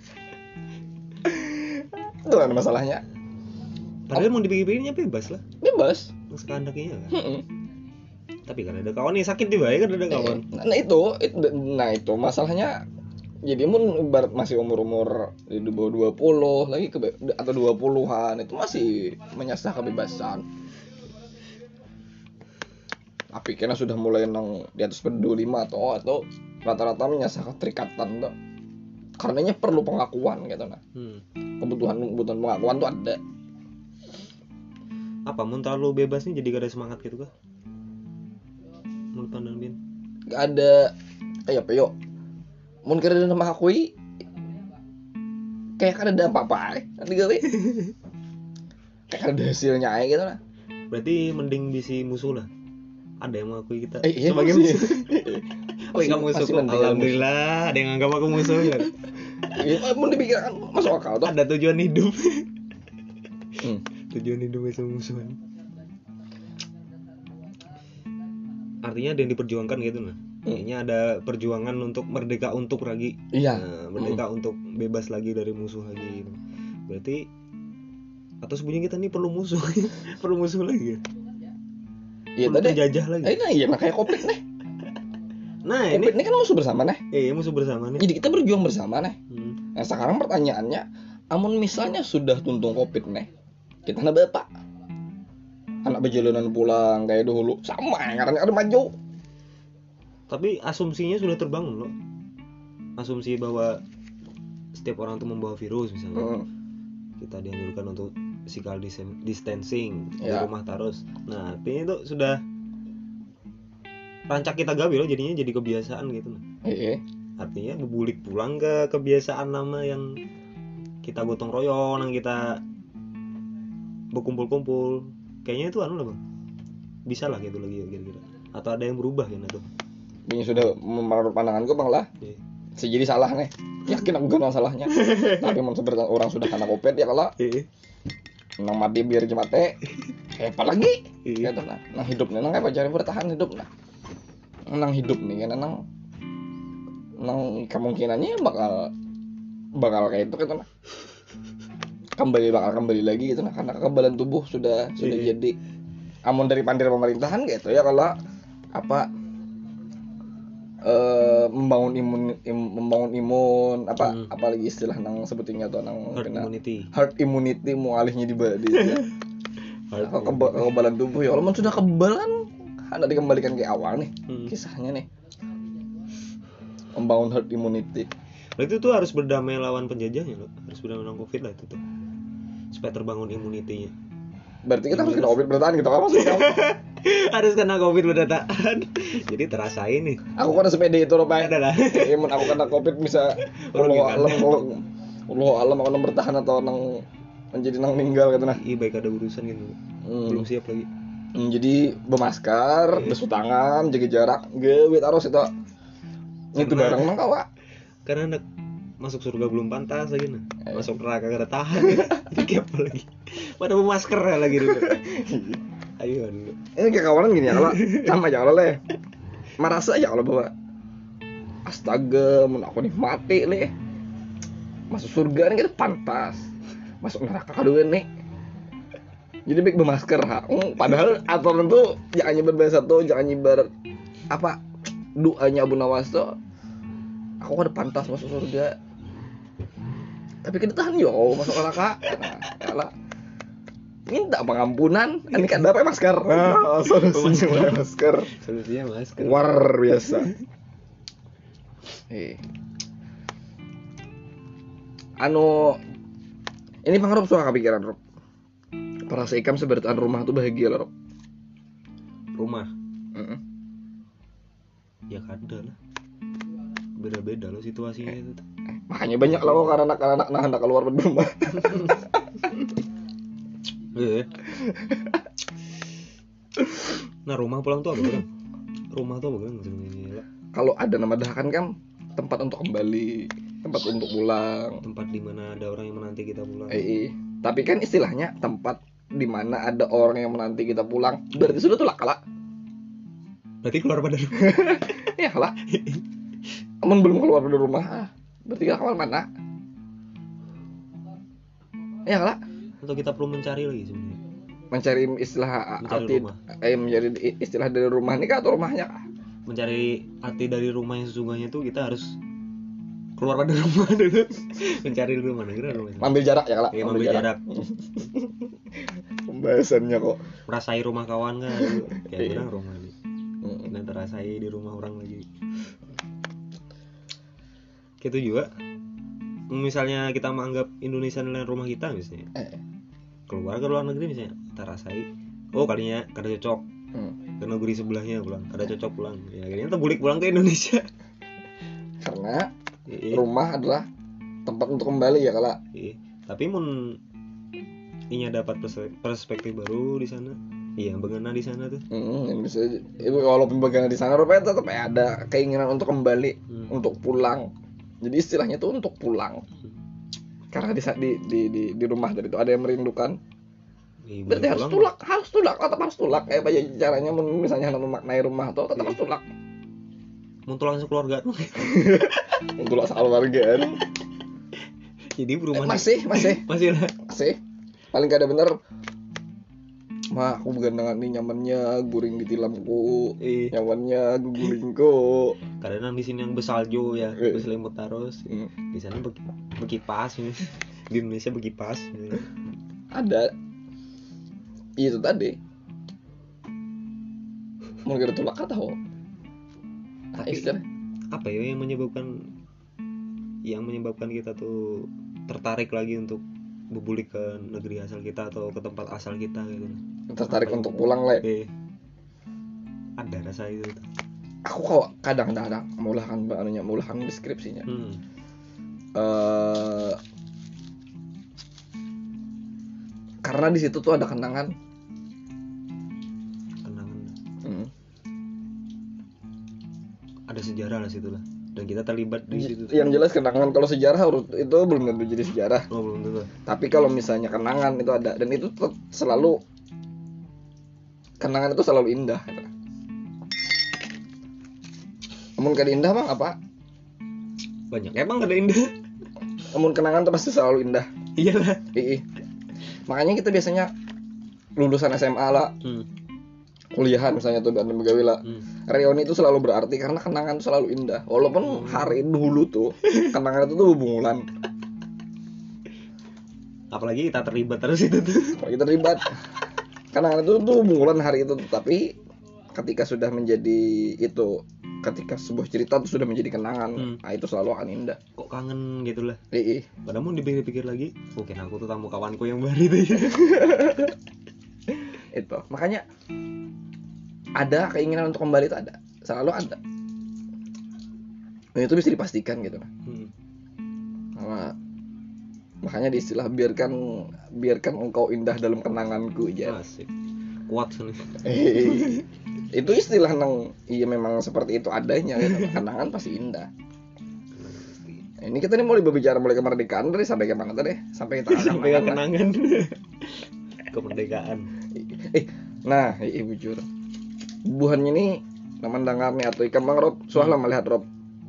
Itu kan masalahnya. Padahal mau dipikir-pikirnya bebas lah. Bebas. Mas kehendaknya kan. Mm-mm. Tapi kan ada kawan yang sakit juga ya kan ada kawan. Nah, nah itu, itu, nah itu masalahnya. Jadi mun ibarat masih umur-umur di bawah dua puluh lagi ke atau dua puluhan itu masih menyasar kebebasan. Tapi karena sudah mulai nang di atas dua puluh lima atau atau rata-rata menyasar keterikatan tuh. Karenanya perlu pengakuan gitu nah. Hmm. Kebutuhan kebutuhan pengakuan tuh ada. Apa mun terlalu bebas nih jadi gak ada semangat gitu kah? Menurut pandangan Bin. Gak ada kayak apa yuk. Mun kira udah mengakui kayak kan ada apa-apa eh. Nanti gawe. Kayak kan ada hasilnya aja gitu lah. Berarti mending bisi musuh lah. Ada yang mengakui kita Eh, iya, sebagai masih. musuh. Oh, Masih- kamu musuh masih kok. mending Alhamdulillah ada yang anggap aku musuh kan. Iya, mun dipikirkan masuk akal tuh. Ada tujuan hidup. Hmm. Tujuan hidup itu musuhan. Artinya ada yang diperjuangkan gitu nah. Kayaknya ada perjuangan untuk merdeka untuk lagi. Iya. Nah, merdeka untuk bebas lagi dari musuh lagi gitu. Berarti atau sebenarnya kita nih perlu musuh. Perlu musuh lagi ya. Iya Perlu tadi. penjajah lagi. Eh, nah iya nah kayak Covid nih. Nah, ini Covid ini kan musuh bersama nih. eh musuh bersama nih. Jadi kita berjuang bersama nih. Hmm. Nah sekarang pertanyaannya, amun misalnya sudah tuntung Covid nih, kita nak bapak, anak berjalanan pulang kayak dulu, sama karena ada maju. Tapi asumsinya sudah terbangun loh. Asumsi bahwa setiap orang itu membawa virus misalnya. Hmm. Kita dianjurkan untuk physical dis- distancing di Ya. rumah terus. Nah, artinya itu sudah rancak kita gawe loh jadinya jadi kebiasaan gitu. Iya. Artinya bebulik pulang ke kebiasaan lama yang kita gotong royong, yang kita berkumpul-kumpul. Kayaknya itu anu lah bang. Bisa lah gitu lagi kira-kira. Atau ada yang berubah ya tuh. Ini sudah menurut pandanganku bang lah. Iya. Sejadi salah nih. Yakin aku gak salahnya. Tapi mun sebenarnya orang sudah kena Covid ya kalau Iya. nang mati biar mati. Eh apalagi? Iya. Gitu nah. Nang hidup nih nang kayak cari bertahan hidup nah. Nang hidup nih kan nang nang kemungkinannya bakal bakal kayak itu kan nah. Kembali bakal kembali lagi gitu nah karena kekebalan tubuh sudah sudah Iya. jadi amun dari pandiri pemerintahan gitu ya kalau apa eh, membangun imun im- membangun imun apa Hmm. apalagi istilah nang sebutinnya tuh nang Herd kena- immunity. herd immunity mau alihnya di di Herd Kalau keba- kekebalan tubuh ya kalau sudah kebal kan ada dikembalikan ke awal nih Hmm. kisahnya nih membangun herd immunity. Nah, itu tuh harus berdamai lawan penjajahnya loh, harus berdamai lawan covid lah itu tuh supaya terbangun imunitinya. Berarti kita harus kena covid bertahan gitu apa maksudnya? Harus kena covid berdataan. Jadi terasain nih. Aku kan sepede itu loh Pak. Ada lah. Imun aku kena covid bisa Oh, Allah gimana? alam kalau Allah alam aku nang bertahan atau nang menjadi nang meninggal gitu nah. Iya baik ada urusan gitu. Hmm. Belum siap lagi. Hmm, jadi bermasker, basuh tangan, jaga jarak, gewe terus itu. Itu Karena- barang nang kawa. Karena anak masuk surga belum pantas lagi nah. Eh. Masuk neraka kada tahan. Jadi apa lagi? Pada masker lagi dulu. Ayo dulu. Ini kayak kawanan gini ya kalau sama aja kalau leh. Merasa aja kalau bawa astaga, mun aku nih mati leh. Masuk surga nih kita pantas. Masuk neraka kedua nih. Jadi baik bermasker ha. Hmm, padahal aturan tuh jangan nyebar bahasa tuh, jangan nyebar apa doanya Abu Nawas tuh. Aku kan pantas masuk surga. Tapi kita tahan yo masuk neraka. Nah, ya lah. Minta pengampunan, ini kan dapat masker. Nah, solusinya masker. Solusinya masker. Luar biasa. Eh. Anu ini pangarup suara kepikiran, Rob. Para seikam sebertaan rumah tuh bahagia lah, Rob. Rumah. Heeh. Ya kada lah. Beda-beda loh situasinya itu. tuh. Makanya banyak lah kok karena anak-anak nah hendak keluar dari rumah. Iya. Nah rumah pulang tuh apa bang? Rumah tuh apa bang? Sebenarnya Kalau ada nama dahakan kan tempat untuk kembali, tempat untuk pulang. tempat di mana ada orang yang menanti kita pulang. Eh, eh. Tapi kan istilahnya tempat di mana ada orang yang menanti kita pulang. Berarti sudah tuh lah kalah. Berarti keluar pada rumah. Ya kalah. Amun belum keluar dari rumah, ah, berarti kita kemana mana? Ya kalah. Atau kita perlu mencari lagi sebenarnya. Mencari istilah Mencari arti, rumah. eh mencari istilah dari rumah ini kah atau rumahnya kah? Mencari arti dari rumah yang sesungguhnya tuh kita harus keluar pada rumah dulu. Mencari dulu mana kira rumah. Ambil jarak ya kalah. Ya, ambil jarak. Pembahasannya kok. Merasai rumah kawan kan dulu. Kayak Iya. bilang rumah nih. Hmm. Kita terasai di rumah orang lagi. Gitu juga. Misalnya kita menganggap Indonesia adalah rumah kita misalnya. Eh. Keluar ke luar negeri misalnya, terasai. Oh kalinya kada cocok. Hmm. Ke negeri sebelahnya pulang, kada cocok pulang. Ya akhirnya terbulik pulang ke Indonesia. Karena Iya. rumah adalah tempat untuk kembali ya kalah. Iya. Tapi mun inya dapat pers- perspektif baru di sana. Iya, bagaimana di sana tuh? Hmm, yang bisa itu walaupun bagian di sana rupanya tetap ada keinginan untuk kembali, Hmm. untuk pulang. Jadi istilahnya tuh untuk pulang. Karena di di di di, di rumah tadi itu ada yang merindukan. Iya, Berarti harus pulang. tulak, harus tulak, tetap harus tulak. Kayak banyak caranya men- misalnya hendak memaknai rumah tuh tetap Iya. harus tulak. Mun tulang sekeluarga tuh. Untuk soal warga kan. Jadi Eh, perumahan masih, masih, masih lah. masih. Paling kada bener. Mah aku begandangan nih nyamannya guring di tilamku. Iya. Nyamannya guguringku. Karena di sini yang bersalju ya, Iya. berselimut terus. Hmm. Di sana be- berkipas ini. Di Indonesia berkipas. Ada itu tadi mau kira tulak kata ho nah, Tapi- istilah Apa ya yang menyebabkan yang menyebabkan kita tuh tertarik lagi untuk berbulik ke negeri asal kita atau ke tempat asal kita gitu. tertarik Apa untuk ya? pulang le Eh, ada rasa itu. aku kok kadang-kadang mulakan anunya mulakan deskripsinya Hmm. eh karena di situ tuh ada kenangan. Kenangan. Hmm. Ada sejarah lah situ lah. Dan kita terlibat di situ. Yang jelas kenangan, kalau sejarah harus itu belum tentu jadi sejarah. Oh, belum tentu. Tapi kalau misalnya kenangan itu ada, dan itu tetap selalu kenangan itu selalu indah. Namun kada indah bang apa? Banyak emang ada indah. Namun kenangan itu pasti selalu indah. Iyalah. Ii. Makanya kita biasanya lulusan S M A lah, Hmm. kuliahan misalnya tuh dan begawi lah. Hmm. Reuni itu selalu berarti karena kenangan itu selalu indah. Walaupun hari dulu tuh kenangan itu tuh bungulan. Apalagi kita terlibat terus itu tuh. Kalau kita terlibat kenangan itu tuh bungulan hari itu, tapi ketika sudah menjadi itu, ketika sebuah cerita itu sudah menjadi kenangan, Hmm. nah itu selalu akan indah. Kok kangen gitu lah. Ih, Padahal mau dipikir-pikir lagi, mungkin aku tuh tamu kawanku yang baru itu ya. itu makanya ada keinginan untuk kembali itu ada, selalu ada. Dan itu bisa dipastikan gitu. Hmm. Nah, makanya di istilah biarkan biarkan engkau indah dalam kenanganku aja. Asik. Kuat sih. Itu istilah nang iya memang seperti itu adanya gitu. Kenangan pasti indah. Ini kita nih mau berbicara mulai kemerdekaan dari sampai ke mana tadi? Sampai kita Sampai ke kenangan. Kemerdekaan. Eh, nah, iya bujur. Buhannya ini naman dangar nih atau ikan bang Rob, soalnya melihat Rob.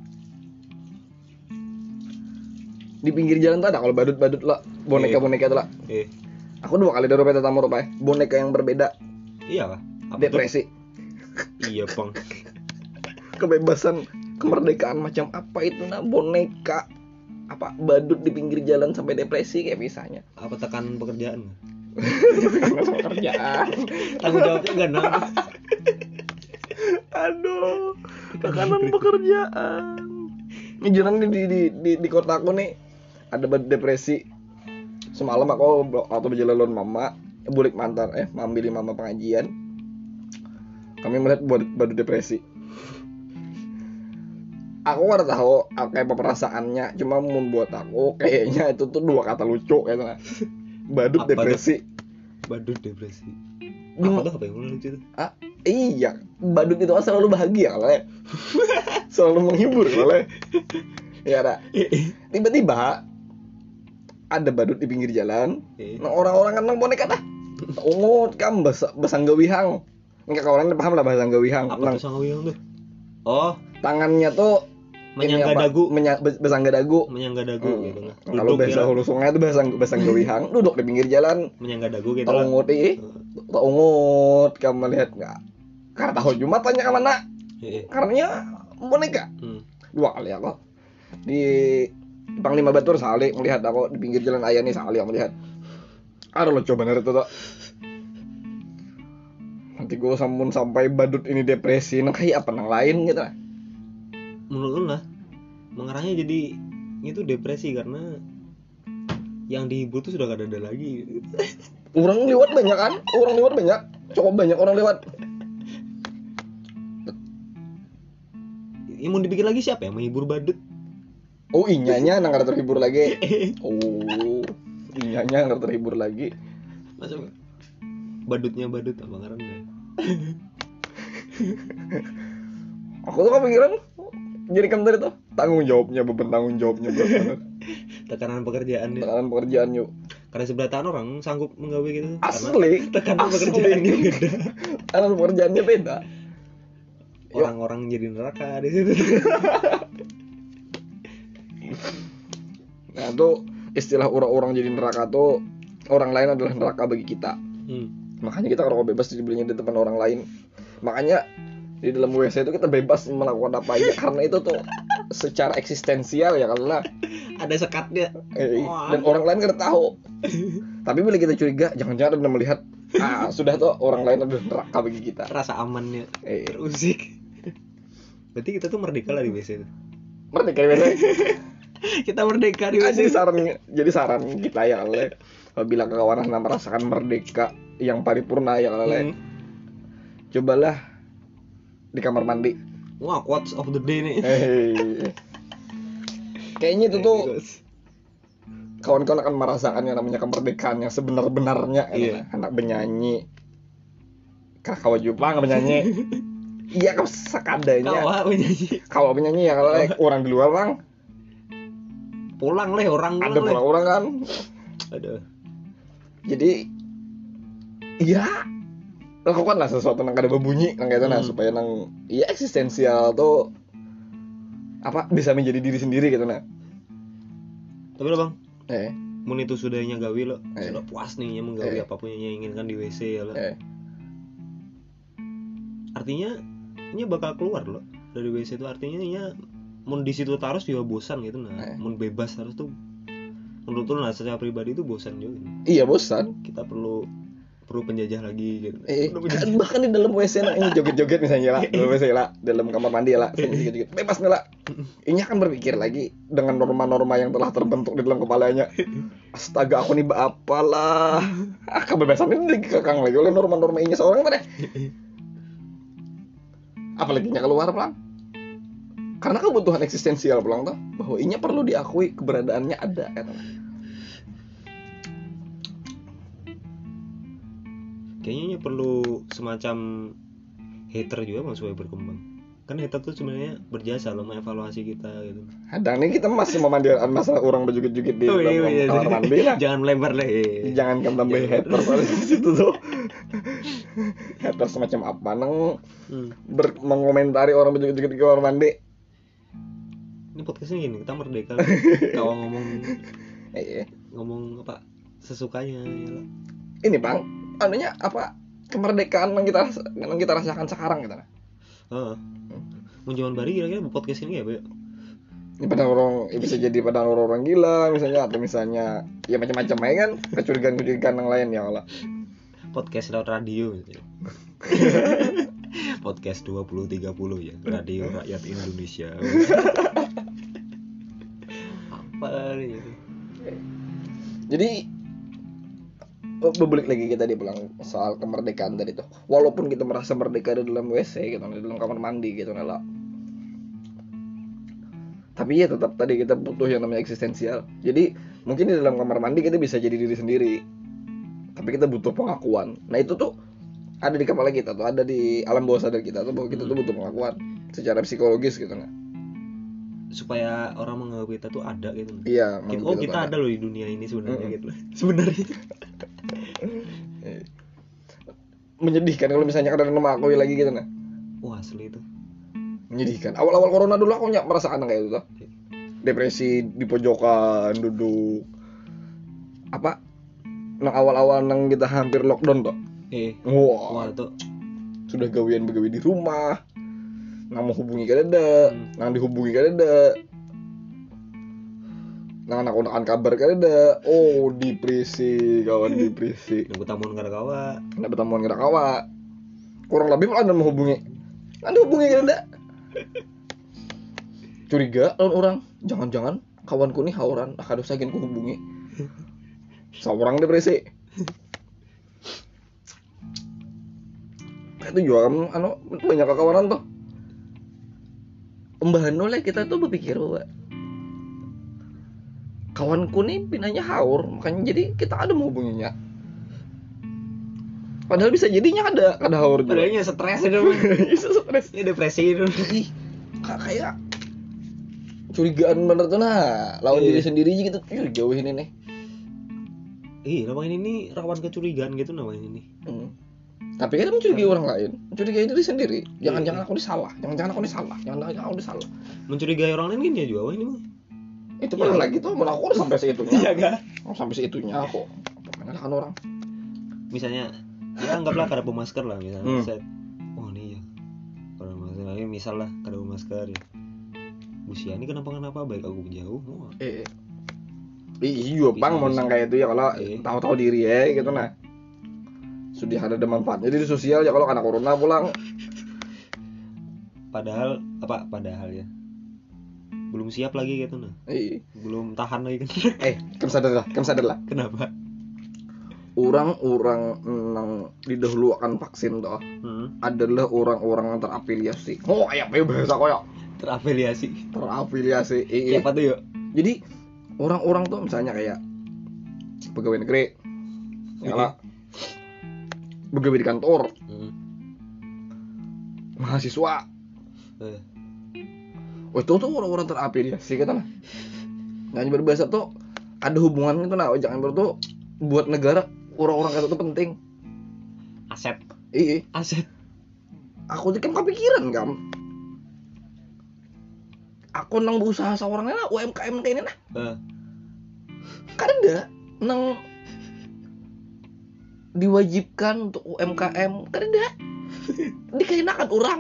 Di pinggir jalan tuh ada kalau badut-badut lah, boneka-boneka tuh lah. Eh, Aku dua kali dari Rob tamu Rob ya. Boneka yang berbeda, iya kah? Apa tuh? depresi, Iya, Bang. kebebasan, kemerdekaan macam apa itu nah boneka apa badut di pinggir jalan sampai depresi kayak misalnya. Apa tekanan pekerjaan? Karena sama kerjaan. Tanggung jawabnya enggak nambah. Aduh, tekanan pekerjaan. Ini jalan di di di, di, di kotaku nih ada badut depresi. Semalam aku atau berjalan lawan mama, bulik mantar eh ngambilin mama pengajian. Kami melihat badut, badut depresi. Aku nggak tahu kayak apa perasaannya, cuma membuat aku kayaknya itu tuh dua kata lucu gitu. Badut Apa depresi. Badut depresi. Bingung. Apa tuh apa yang lucu tuh? Ah, iya, badut itu kan selalu bahagia kalau ya. Selalu menghibur kalau ya. Ya ada. Tiba-tiba ada badut di pinggir jalan. Eh. Nah, orang-orang kan nang boneka dah. Ungut kam bahasa bahasa Gawihang. Enggak kawan paham lah bahasa Gawihang. Apa tuh sanggawiyang tuh? Oh, Tangannya tuh menyangga ini apa? dagu. Menya, besangga dagu. Menyangga dagu Hmm. gitu lah. Kalau Duduk bahasa ya. hulu sungai itu bahasa bahasa Gawihang, duduk di pinggir jalan. Menyangga dagu gitu lah. Ungut ih. Ungut kamu lihat enggak? Karena tahu cuma tanya ke mana? Eh, eh. Karena boneka. Hmm. Dua kali aku di Panglima Batur salik melihat aku di pinggir jalan ayah nih salik melihat. Ada lo coba bener itu tuh. Nanti gue sampun sampai badut ini depresi, nah kayak apa nang lain gitu lah. Menurut lu lah, mengarahnya jadi itu depresi karena yang dihibur tuh sudah gak ada lagi. Orang lewat banyak kan? Orang lewat banyak, cukup banyak orang lewat. Yang mau dipikir lagi siapa yang menghibur badut? Oh inyanya nang ada terhibur lagi. Oh inyanya nang terhibur lagi. Masa badutnya badut apa ngarannya? Aku tuh kepikiran jadi kan tadi tuh tanggung jawabnya beban tanggung jawabnya berat banget. Tekanan pekerjaan ya. Tekanan pekerjaan yuk. Karena sebelah tangan orang sanggup menggawe gitu. Asli. Karena tekanan pekerjaannya beda. Tekanan pekerjaannya beda. Orang-orang jadi neraka di situ. Nah tuh istilah orang-orang jadi neraka tuh orang lain adalah neraka bagi kita. Hmm. Makanya kita kalau bebas dibelinya di depan orang lain. Makanya di dalam W C itu kita bebas melakukan apa aja karena itu tuh secara eksistensial ya karena Ada sekatnya. eh, Oh, dan orang lain nggak tahu. Tapi bila kita curiga, jangan-jangan udah melihat ah sudah tuh orang lain adalah neraka bagi kita. Rasa amannya Eh, terusik. Berarti kita tuh merdeka lah di W C itu. merdeka W C. Kita merdeka di W C. Jadi saran jadi saran kita ya kalau apabila kawan Anda merasakan merdeka yang paripurna ya kalau Hmm. cobalah di kamar mandi. Wah, quotes of the day nih. Hey. Kayaknya itu tuh kawan-kawan akan merasakan yang namanya kemerdekaan yang sebenar-benarnya. Iya. Anak penyanyi kakak Jepang penyanyi. Iya kau sekadanya. Kawa penyanyi. Kalau penyanyi ya kalau orang di luar bang Pulang leh orang ada pulang leh. orang kan. Aduh. Jadi ya lakukanlah sesuatu yang kada berbunyi nang kayak nah Hmm. supaya nang iya eksistensial tuh apa bisa menjadi diri sendiri gitu nah. Tapi lo bang, Eh, mun itu sudahnya gawe lo, Eh. sudah puas nih yang menggawe Eh. apapun yang inginkan di W C ya lo. eh. artinya ini bakal keluar loh dari W C itu, artinya nya mun di situ terus juga bosan gitu nah. Eh. Mun bebas harus tuh menurut lu nah secara pribadi itu bosan juga. Iya bosan. Kita perlu perlu penjajah lagi gitu. Eh, kan bahkan di dalam W C lah ini joget-joget misalnya lah, dalam W C lah, dalam kamar mandi lah, joget-joget. Bebas nih lah. Ini akan berpikir lagi dengan norma-norma yang telah terbentuk di dalam kepalanya. Astaga, aku nih apalah. Ah, kebebasan ini dikekang lagi oleh norma-norma ini seorang tadi. Apalagi nya keluar pelang. Karena kebutuhan eksistensial pelang tuh bahwa inya perlu diakui keberadaannya ada katanya. Kayaknya perlu semacam hater juga mas supaya berkembang. Kan hater tuh sebenarnya berjasa loh mengevaluasi kita gitu. Kadang ini kita masih memandikan masalah orang berjugit-jugit di oh, dalam iya, kamar mandi lah. Jangan melebar lah. Jangan kan tambah hater soalnya di situ tuh. Hater semacam apa neng hmm. ber- mengomentari orang berjugit-jugit di kamar mandi. Ini podcastnya gini, kita merdeka. Kalau ngomong eh, ngomong apa sesukanya ya. Ini bang, anunya apa kemerdekaan yang kita yang kita rasakan sekarang gitu nah. Heeh. Mun zaman bari kira-kira podcast ini ya, Be. Ini pada orang ya bisa jadi pada orang-orang gila misalnya atau misalnya ya macam-macam ya kan, kecurigaan-kecurigaan yang lain ya Allah. Podcast lewat radio gitu. Podcast dua puluh tiga puluh ya, Radio Rakyat Indonesia. Apa gitu. Jadi berbalik lagi kita dia bilang soal kemerdekaan tadi tuh. Walaupun kita merasa merdeka di dalam W C gitu, di dalam kamar mandi gitu lah. Tapi ya tetap tadi kita butuh yang namanya eksistensial. Jadi mungkin di dalam kamar mandi kita bisa jadi diri sendiri. Tapi kita butuh pengakuan. Nah itu tuh ada di kepala kita tuh, ada di alam bawah sadar kita tuh bahwa kita tuh butuh pengakuan secara psikologis gitu nah. Supaya orang menganggap kita tuh ada gitu. Iya. Kita, oh kita ada. ada loh di dunia ini sebenarnya mm-hmm. gitu. Sebenarnya. Menyedihkan kalau misalnya kadang nama aku lagi gitu nah. Wah asli itu. Menyedihkan. Awal-awal corona dulu aku nyak merasakan kayak itu tuh. Depresi di pojokan duduk. Apa? Nang awal-awal nang kita hampir lockdown tuh. Eh. Wow. Wah tuh. Sudah gawean begawe di rumah. Nang mau hubungi kada, hmm. nang dihubungi kada, nang anak-anakan kabar kada, oh depresi kawan depresi. Nang betamuan kada kawa, nang betamuan kada kawa, kurang lebih malah mau hubungi, nang dihubungi kada. Curiga lawan orang, jangan-jangan kawanku nih hauran, kada usah ku hubungi. Seorang depresi. Kayak itu juga anu banyak kawanan tuh. Pembahan oleh kita tuh berpikir bahwa kawanku nih pinanya haur, makanya jadi kita ada mau hubunginya. Padahal bisa jadinya ada ada haur juga. Padahalnya stres itu. Bisa stres. Ya depresi itu. Ih, kayak curigaan bener tuh nah, lawan e. diri sendiri gitu curiga weh ini nih. Ih, namanya ini rawan kecurigaan gitu namanya ini. Hmm. Tapi kan mencurigai orang lain, mencurigai diri sendiri. Jangan-jangan aku disalah, jangan-jangan aku disalah, jangan-jangan aku disalah. Mencurigai orang lain kan ya juga, wah ini mah. Itu paling lagi tuh, malah aku udah sampai segitunya. Iya kan? Oh, sampai segitunya aku. Menyalahkan orang. Misalnya, ya anggaplah kada pemasker lah misalnya. Hmm. Set. Oh ini ya. Kalau masalah ini misal lah kada pemasker ya. Busia ini kenapa-kenapa baik aku jauh. Oh. Eh. Ih, juga bang mau nang kayak itu ya kalau eh. tahu-tahu diri ya gitu nah. Sudah ada manfaatnya di sosial ya kalau kena corona pulang. Padahal apa padahal ya belum siap lagi gitu nah. Iya. Belum tahan lagi kan. Eh, kamu sadar lah, kamu sadar lah. Kenapa? Orang-orang yang didahulu akan vaksin toh hmm. adalah orang-orang yang terafiliasi. Oh, kayak apa bahasa koyo? Terafiliasi. Terafiliasi. Iya. Siapa tuh yuk? Jadi orang-orang tuh misalnya kayak pegawai negeri. Ya lah. Begawe di kantor, hmm. mahasiswa, eh. oh itu tuh orang-orang terafiliasi kita lah. Jangan berbahasa tuh ada hubungan itu nah, jangan bertuh buat negara orang-orang itu tuh penting. Aset. Iya. Aset. Aku tuh kan kepikiran kam. Aku nang berusaha seorangnya lah U M K M ini nah. Eh. Kada nang diwajibkan untuk U M K M kada. dikainakan orang.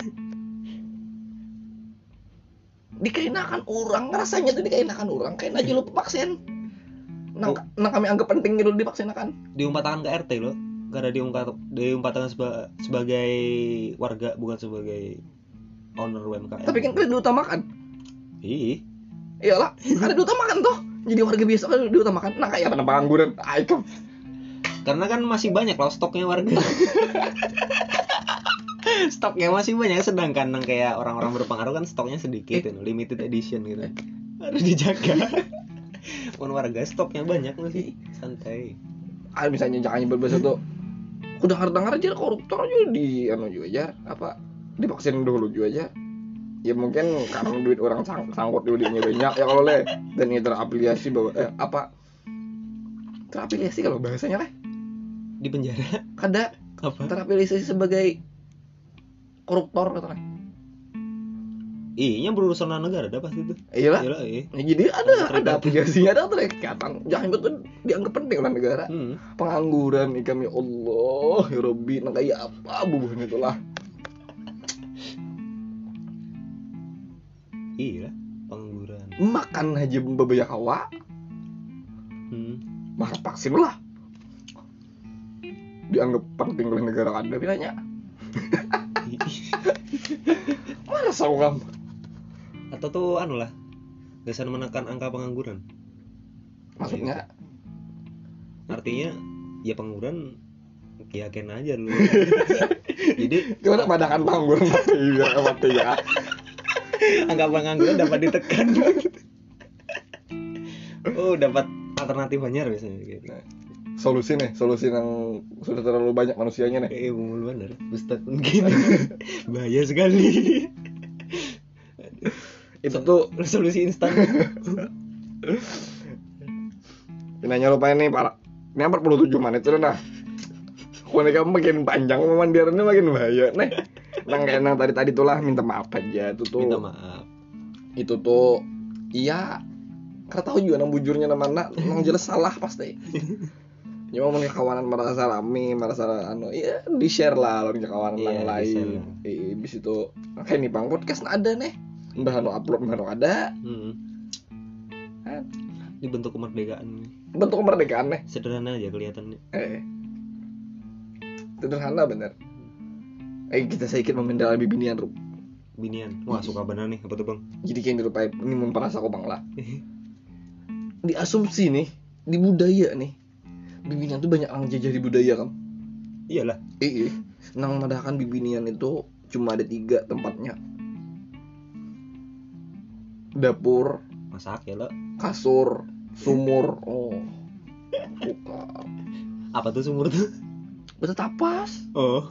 Dikainakan orang, rasanya tuh dikainakan orang. Kayak aja lu paksen. Nang, Oh. nang kami anggap penting gitu dipaksinakan. Diumpatakan ke R T loh. Karena diungkat diumpatakan seba, sebagai warga bukan sebagai owner U M K M. Tapi kan itu diutamakan. Ih, Iyalah, ada diutamakan tuh. Jadi warga biasa kan diutamakan. Nah kayak apa pengangguran? Ah itu. karena kan masih banyak loh stoknya warga. Stoknya masih banyak, sedangkan yang kayak orang-orang berpengaruh kan stoknya sedikit, Eh. you know, limited edition gitu. Harus dijaga. Pun warga stoknya banyak masih santai. Ah misalnya jangan berbahasa tuh. Udah dengar aja koruptor aja di anu juga aja apa divaksin dulu juga aja. Ya mungkin karena duit orang sang, sangkut duitnya banyak ya kalau leh dan ini terafiliasi bahwa eh, apa terafiliasi kalau bahasanya leh Di penjara kada apa? terafiliasi sebagai koruptor katanya. Iya, berurusan dengan negara ada pasti itu. Iyalah. Iyalah, iya. Ya, jadi ada Terlibat. ada aplikasinya ada tuh kelihatan. Jangan betul dianggap penting oleh negara. Hmm. Pengangguran nih kami Allah ya Robbi nah kayak apa bubuhan itulah. Iya, pengangguran. Makan aja beberapa kawa, Hmm. makan vaksin lah. Dianggap penting oleh negara ada bilangnya. Masa orang Atau tuh anu lah, dasar menekan angka pengangguran. maksudnya Artinya ya pengangguran yakin aja dulu. Jadi gimana padakan pengangguran mati biar mati ya. angka pengangguran dapat ditekan. Oh, dapat alternatif anyar biasanya gitu. Nah, solusi nih, solusi yang sudah terlalu banyak manusianya nih. Eh, umul bener. Ustaz pun gini. Bahaya sekali. Itu tuh Solusi instan. nanya lupa ini para ini empat puluh tujuh menit itu nah. Komunikasi makin panjang, memandirannya makin bahaya nih. Nang kayak nang tadi tadi tuh lah minta maaf aja itu tuh. Minta maaf. Itu tuh iya karena tahu juga nang bujurnya nang mana nang jelas salah pasti. Ya mau kawanan merasa rame, merasa anu iya di share lah lawan kawanan Iya, yang di-share lain. lah. Eh bis itu kayak nih Bang podcast ada nih. Mbah anu upload mbah anu ada. Hmm. Hah? Ini bentuk kemerdekaan. Bentuk kemerdekaan nih. Sederhana aja kelihatannya. Eh. Sederhana bener. Eh kita sedikit memendal bibinian Rup. Binian. Wah, suka bener nih, apa tuh, Bang? Jadi kayak dirupai ini memperasa kok Bang lah. Di asumsi nih, di budaya nih. Bibinian tuh banyak orang jajah di budaya kan. Iyalah. Eh, eh. Nang madakan bibinian itu cuma ada tiga tempatnya. Dapur, Masak ya lo. kasur, sumur. Oh. Bukan. Apa tuh sumur tuh? Betul tapas. Oh.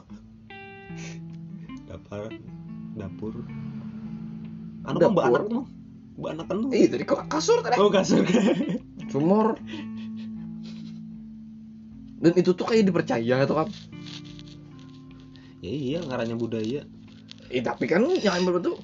Dapur. Dapur. Anu Dapur. kan mbak anak tuh. Mbak anak kan tuh. Eh, tadi kok kasur tadi. Oh, kasur. Sumur. Dan itu tuh kayak dipercaya tuh kan. Ya iya, ngarannya budaya. Eh tapi kan yang betul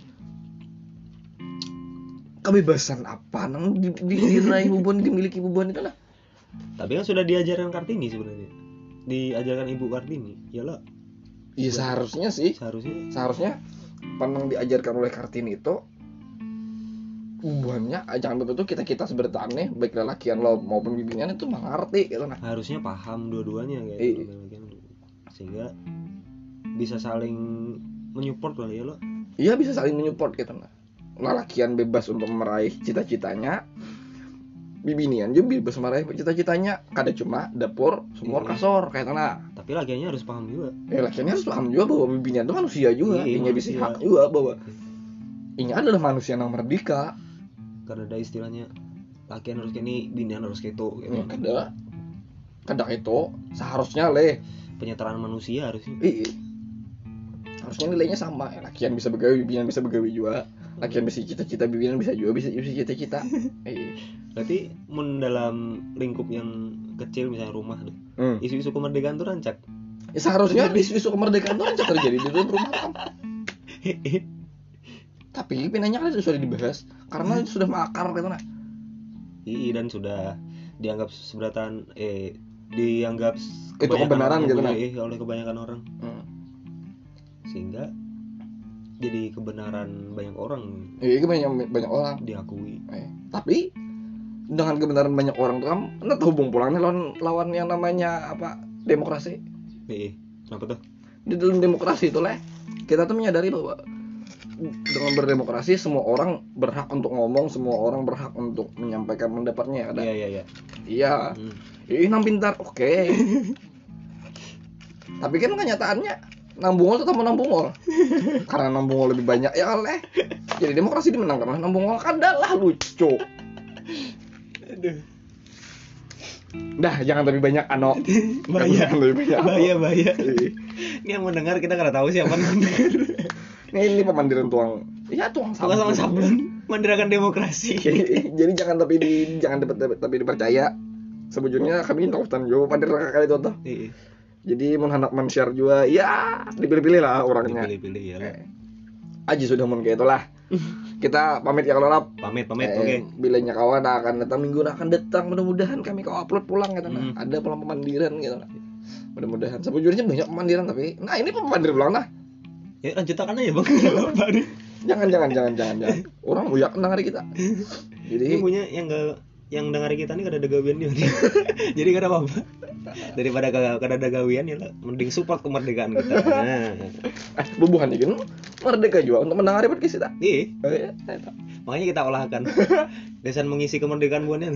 kebebasan apa nang di, di, diraih bubuan dimiliki bubuan itu lah. Tapi kan sudah diajarkan Kartini sebenarnya. Diajarkan Ibu Kartini. Iyalah, Iya seharusnya sih. seharusnya. Seharusnya panang diajarkan oleh Kartini itu bubuannya jangan betul kita kita sebertane baik lelakian lo maupun bibinya itu mengerti gitu nah. Harusnya paham dua-duanya kayak Iya. gitu. Sehingga bisa saling menyupport lah ya lo. Iya bisa saling menyupport gitu nah. Lelakian bebas untuk meraih cita-citanya. Bibinian juga bebas meraih cita-citanya. Kada cuma dapur, sumur, Iya. kasur kayak nah. Tapi lakiannya harus paham juga. Ya lakiannya harus paham juga bahwa bibinian itu manusia juga. Iya, Inya bisa manusia. hak juga bahwa inya adalah manusia yang merdeka. Karena ada istilahnya lakian harus kini, binian harus keto gitu. Ya, kada kada itu seharusnya leh. Penyetaraan manusia harusnya. Iya. Harusnya nilainya sama. Ya, lakian bisa begawi, bibinian bisa begawi juga. Lakian bisa cita-cita, bibinian bisa juga bisa bisa cita-cita. Iya. Berarti mun dalam lingkup yang kecil misalnya rumah tuh, Hmm. isu-isu kemerdekaan tuh rancak. Ya, seharusnya isu-isu kemerdekaan itu aja terjadi di dalam rumah kan. Tapi pinanya kan sudah dibahas karena sudah mengakar gitu nah. Iya, dan sudah dianggap seberatan eh dianggap Itu kebenaran orang gitu, oleh, nah. eh, oleh kebanyakan orang. Hmm. sehingga jadi kebenaran banyak orang Iya, itu banyak banyak orang. diakui. Eh, tapi dengan kebenaran banyak orang tuh kan, anda tahu hubung pulangnya lawan lawan yang namanya apa demokrasi. Iya, kenapa tuh? Di dalam demokrasi itu lah kita tuh menyadari bahwa dengan berdemokrasi semua orang berhak untuk ngomong, semua orang berhak untuk menyampaikan pendapatnya. Ada. Iya iya iya. Iya. Hmm. Ih, nang pintar, oke. Tapi kan kenyataannya nang bungol tetap menang bungol. Karena nang bungol lebih banyak ya oleh. Jadi demokrasi dimenangkan oleh nang bungol, kadalah lucu. Aduh. Dah, jangan lebih banyak ano. Bahaya. Jangan lebih banyak. ano. Bahaya bahaya. Iya. Ini yang mendengar kita nggak tahu siapa yang mendengar. Ini, ini pemandiran tuang. Ya tuang Sama sama sablon mendirakan demokrasi. jadi, jadi jangan tapi di jangan dapat tapi dipercaya. Sebujurnya kami takutan juga pada kali itu tuh. Iya. Jadi mun hendak men-share juga ya dipilih-pilih lah orangnya. Pilih-pilih ya lah. Eh, Aji sudah mun kayak itulah. Kita pamit ya kalau lap. Pamit pamit Eh, oke. Bilanya kawan akan datang minggu akan datang, mudah-mudahan kami kau upload pulang gitu nah. Hmm. Ada pulang pemandiran gitu nah. Mudah-mudahan. Sebujurnya banyak pemandiran tapi nah ini pemandiran pulang nah. Ya lanjutkan aja bang. Jangan jangan jangan jangan jangan. Orang buyak dengar kita. Jadi Ini punya yang gak yang dengar kita nih kada ada gawian dia. Jadi kada apa-apa. Daripada kada kada ada gawian ya lah, mending support kemerdekaan kita. Nah. eh bubuhan kan merdeka juga untuk mendengar podcast kita. Iya, Oh, iya, saya tahu. makanya kita olahkan. Desain mengisi kemerdekaan buannya.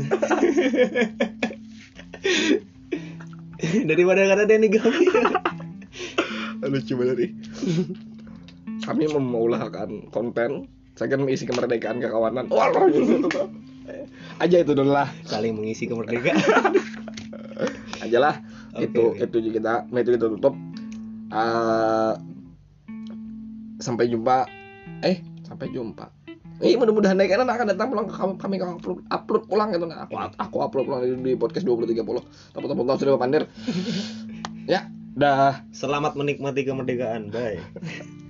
Daripada kada ada nih gawian. Lucu banget nih. Kami memulakan konten second mengisi kemerdekaan kekawanan. Oh, Allah, gitu tuh. Aja itu dulu lah. Saling mengisi kemerdekaan. Aja lah. Oke, itu oke. itu kita, nah itu kita tutup. Uh, sampai jumpa. Eh, sampai jumpa. Eh, mudah-mudahan naik karena akan datang pulang ke kami kami kami upload, upload pulang gitu nah. Aku aku upload pulang di, di podcast dua puluh tiga puluh. Tahu-tahu tahu sudah pandir. Ya, dah. Selamat menikmati kemerdekaan. Bye.